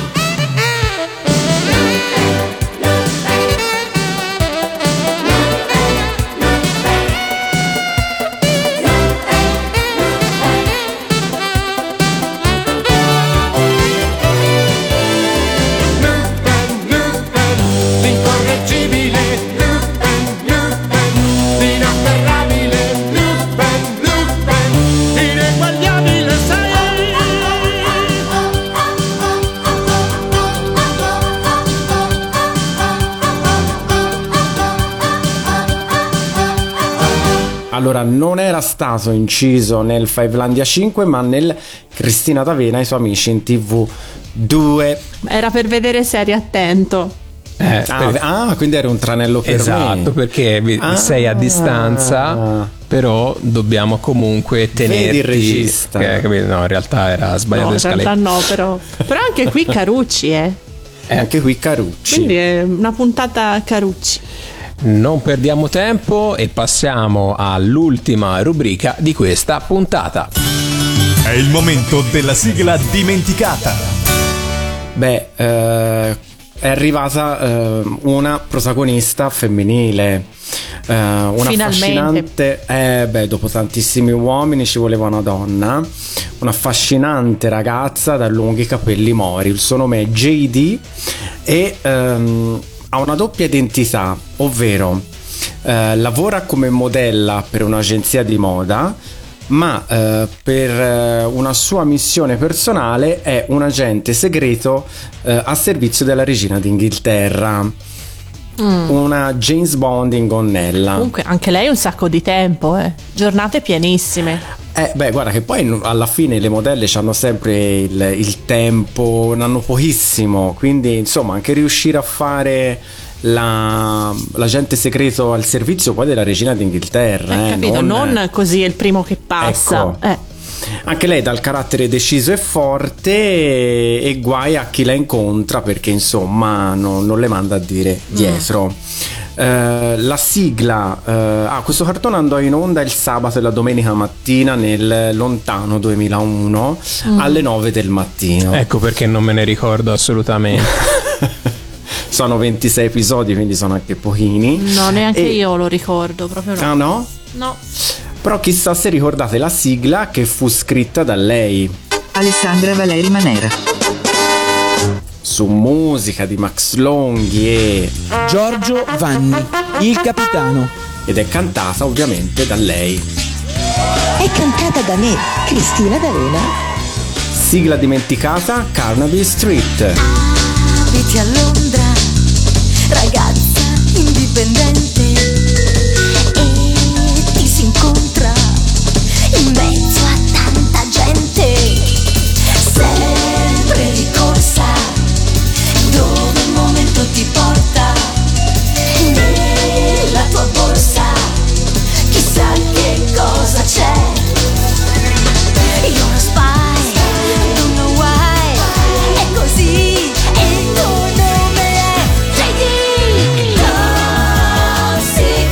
L'incorreggibile. Lupin, Lupin, l'inafferrabile. Lupin, Lupin, l'ineguagliabile sei. Allora, non era stato inciso nel Fivelandia cinque, ma nel Cristina D'Avena e i suoi amici in tivù due. Era per vedere serie attento. Eh, Ah, per- ah, quindi era un tranello per me. Esatto, perché vi- Ah. sei a distanza, però dobbiamo comunque tenerti. Vedi il regista. che- capito? No, in realtà era sbagliato No, le in realtà scalette. no, però. Però anche qui Carucci, eh. E anche qui Carucci. Quindi è una puntata Carucci. Non perdiamo tempo e passiamo all'ultima rubrica di questa puntata. È il momento della sigla dimenticata. Beh, eh, è arrivata eh, una protagonista femminile. eh, una Finalmente. affascinante, eh, beh, dopo tantissimi uomini ci voleva una donna, un'affascinante ragazza dai lunghi capelli mori. Il suo nome è J D e ehm, ha una doppia identità, ovvero eh, lavora come modella per un'agenzia di moda, ma eh, per eh, una sua missione personale è un agente segreto eh, a servizio della regina d'Inghilterra. Mm. Una James Bond in gonnella. Comunque anche lei un sacco di tempo, eh. Giornate pienissime. Eh, beh, guarda che poi alla fine le modelle hanno sempre il, il tempo, ne hanno pochissimo, quindi insomma anche riuscire a fare la, l'agente segreto al servizio poi della regina d'Inghilterra. Hai eh, capito? non- Non così è il primo che passa. Ecco. Eh. Anche lei dal carattere deciso e forte e, e guai a chi la incontra, perché insomma no- non le manda a dire dietro. Eh, la sigla eh, ah, questo cartone andò in onda il sabato e la domenica mattina nel lontano duemilauno Mm. alle nove del mattino. Ecco perché non me ne ricordo assolutamente. Sono ventisei episodi, quindi sono anche pochini. No, neanche E- io lo ricordo, proprio no. Ah no? No. Però chissà se ricordate la sigla che fu scritta da lei. Alessandra Valeri Manera. Su musica di Max Longhi e Giorgio Vanni, il capitano. ed è cantata ovviamente da lei. È cantata da me, Cristina D'Avena. Sigla dimenticata, Carnaby Street. Abiti a Londra, ragazza indipendente, e ti si incontra in mezzo a tanta gente, sempre di corsa, dove il momento ti porta, nella tua borsa, chissà che cosa c'è. You're a spy, don't know why, è così, e il tuo nome è J D. Toxic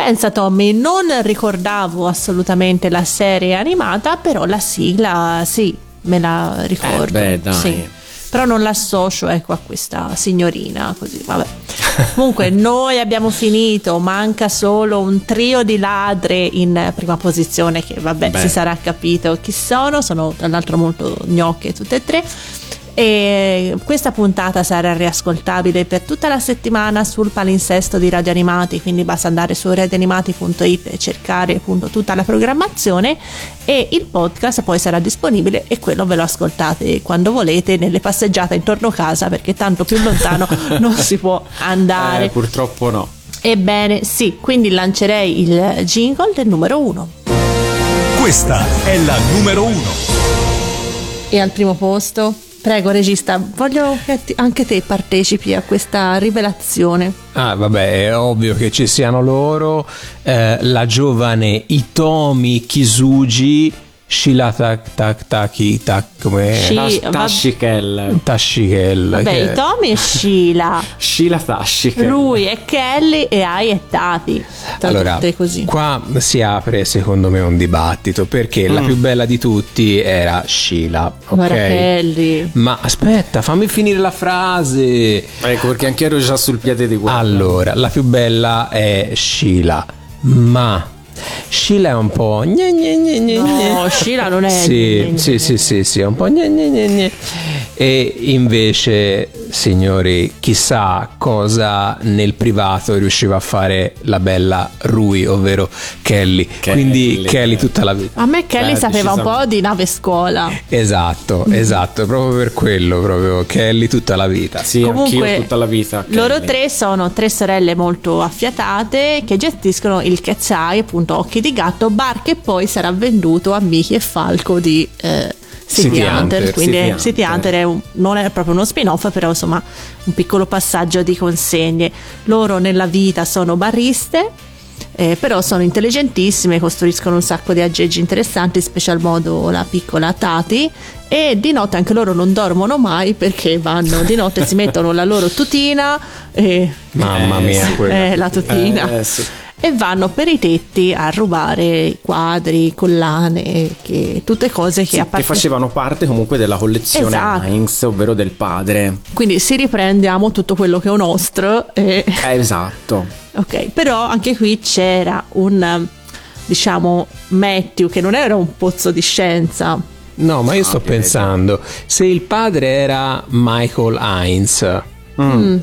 Pensa Tommy, non ricordavo assolutamente la serie animata, però la sigla sì, me la ricordo. Eh beh, dai. Sì. Però non l'associo, ecco, a questa signorina, così, vabbè. Comunque noi abbiamo finito, manca solo un trio di ladri in prima posizione che vabbè, Beh. si sarà capito chi sono, sono tra l'altro molto gnocche tutte e tre. E questa puntata sarà riascoltabile per tutta la settimana sul palinsesto di Radio Animati, quindi basta andare su radioanimati punto it e cercare appunto tutta la programmazione, e il podcast poi sarà disponibile e quello ve lo ascoltate quando volete nelle passeggiate intorno a casa, perché tanto più lontano non si può andare. Eh, purtroppo no. Ebbene sì, quindi lancerei il jingle del numero uno. Questa è la numero uno. E al primo posto? Prego regista, voglio che anche te partecipi a questa rivelazione. Ah vabbè, è ovvio che ci siano loro, eh, la giovane Hitomi Kisugi, Sheila tak tak taki tak come Shi- Tashikel. Tashikel. Vabbè, che... Hitomi e Sheila. Sheila Tashikel. Lui e Kelly e Ai e Tati. Allora, così. qua si apre secondo me un dibattito, perché mm. la più bella di tutti era Sheila, ok? Guarda Kelly. Ma aspetta, fammi finire la frase. Ecco, perché anche ero già sul piede di guardia. Allora, la più bella è Sheila, ma Sheila è un po' gne gne gne gne. No, Sheila non è sì, gne, sì, sì, sì, sì, è un po' gne gne gne gne. E invece, signori, chissà cosa nel privato riusciva a fare la bella Rui, ovvero Kelly. Kelly Quindi Kelly tutta la vita. A me Kelly Beh, sapeva un po' di nave scuola. Esatto, esatto, proprio per quello, proprio Kelly tutta la vita. Sì, Comunque, anch'io tutta la vita. Loro Kelly. tre sono tre sorelle molto affiatate che gestiscono il Cat's Eye, appunto Occhi di Gatto, bar che poi sarà venduto a Mickey e Falco di eh, City, City Hunter, Hunter, quindi City City Hunter. Hunter è un, non è proprio uno spin-off, però insomma un piccolo passaggio di consegne. Loro nella vita sono bariste, eh, però sono intelligentissime, costruiscono un sacco di aggeggi interessanti, in special modo la piccola Tati, e di notte anche loro non dormono mai perché vanno di notte, si mettono la loro tutina e Mamma Eh, mia, sì. quella. eh, la tutina Eh, sì. e vanno per i tetti a rubare quadri, collane, che, tutte cose che Sì, che appartengono. facevano parte comunque della collezione Esatto. Heinz, ovvero del padre. Quindi si riprendiamo tutto quello che è un nostro e... Eh, esatto. ok, però anche qui c'era un, diciamo, Matthew che non era un pozzo di scienza. No, ma io sto Ah, pensando, se il padre era Michael Heinz Mm.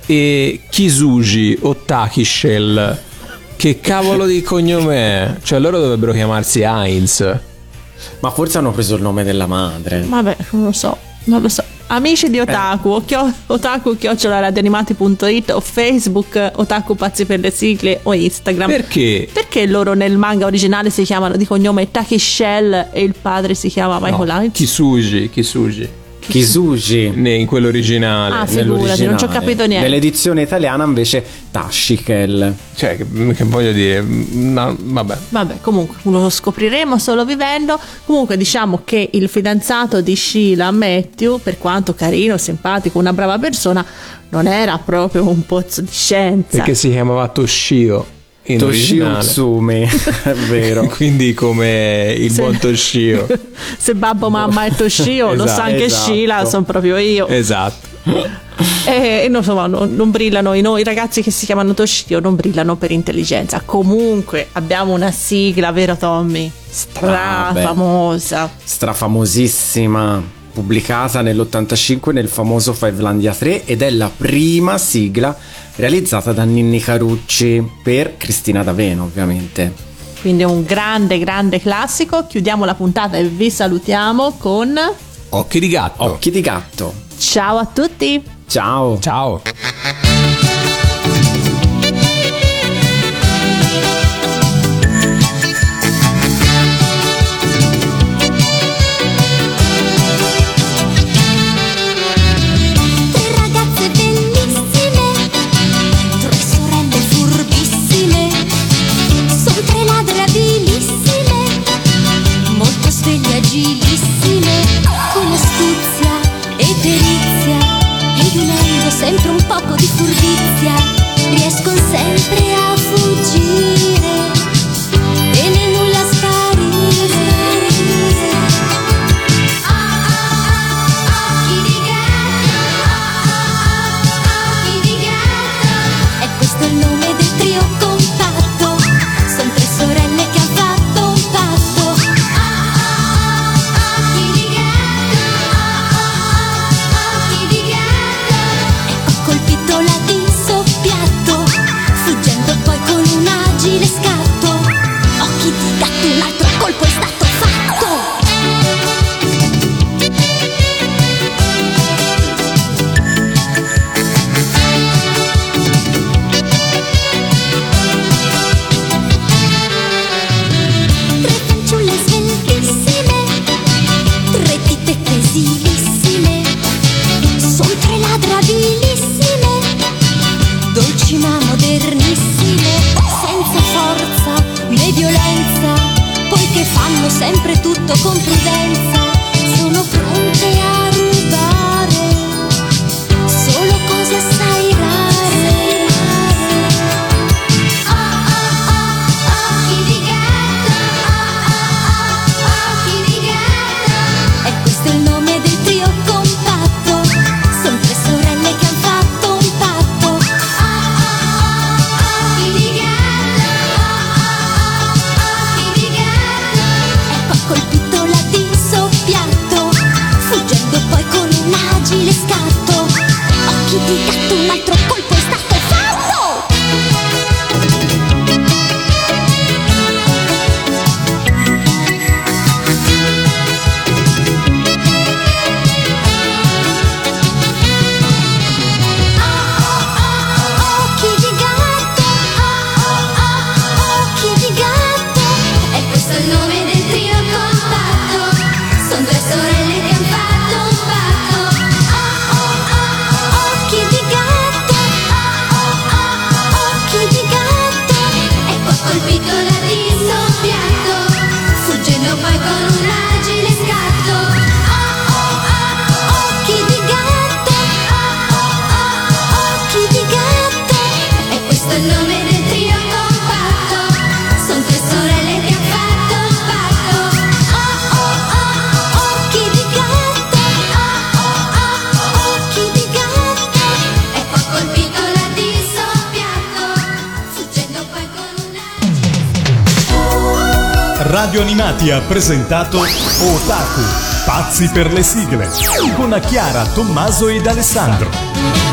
e Kisuji o Takishel, che cavolo di cognome è? Cioè loro dovrebbero chiamarsi Heinz. Ma forse hanno preso il nome della madre. Vabbè, non lo so, non lo so. Amici di Otaku, eh. chio, otaku chiocciola radioanimati punto it o Facebook Otaku Pazzi per le Sigle o Instagram. Perché? Perché loro nel manga originale si chiamano di cognome Takishel e il padre si chiama Michael No, Heinz? Kisuji, Kisuji. Kisuji. Ne- In quello originale. Ah, figurati, non ci ho capito niente. Nell'edizione italiana invece Tashikel. Cioè, che, che voglio dire, no, vabbè. Vabbè, comunque lo scopriremo solo vivendo. Comunque diciamo che il fidanzato di Sheila, Matthew, per quanto carino, simpatico, una brava persona, non era proprio un pozzo di scienza. Perché si chiamava Toshio in Toshio originale. Utsumi, è vero. Quindi come il Se- buon Toshio. Se babbo, mamma e Toshio, lo Esatto, sa anche esatto. Sheila, sono proprio io. Esatto. E, e non, insomma, non, non brillano i, no, i ragazzi che si chiamano Toshio non brillano per intelligenza. Comunque abbiamo una sigla, vero Tommy? Stra Ah, beh. famosa. Strafamosissima, pubblicata nell'ottantacinque nel famoso Fivelandia tre, ed è la prima sigla realizzata da Ninni Carucci per Cristina D'Aveno, ovviamente. Quindi è un grande grande classico. Chiudiamo la puntata e vi salutiamo con Occhi di gatto. Occhi di gatto. ciao a tutti. Ciao. Ciao. Tre ragazze bellissime, tre sorelle furbissime, sono tre ladre abilissime, molto sveglie agilissime, con astuzia e perizia, ed unendo sempre un poco di furia. violenza, poiché fanno sempre tutto con prudenza, sono pronte a rubare solo cose assai rare. Oh oh oh, occhi di gatto, oh oh oh, occhi di gatto. E questo è il nome del trio compatto, son tre sorelle che han fatto un patto. Oh oh oh, occhi di gatto, oh oh oh, occhi di gatto. E poi colpito l'ha di soppiatto, fuggendo poi con un agile scatto. Occhi di gatto, un altro colpo è stato fatto. Occhi di gatto, occhi di gatto. E questo è il nome del trio compatto, son due sorelle che han fatto un patto. Occhi di gatto, occhi di gatto. E poi colpito l'ha di soppiatto, fuggendo poi con un agile scatto. Occhi di gatto, occhi di gatto. E questo è il nome del trio compatto, son tre sorelle che han fatto un patto. Occhi di gatto, occhi di gatto. E poi colpito l'ha di soppiatto, fuggendo poi con un Radio Animati ha presentato Otaku, pazzi per le sigle, con Chiara, Tommaso ed Alessandro.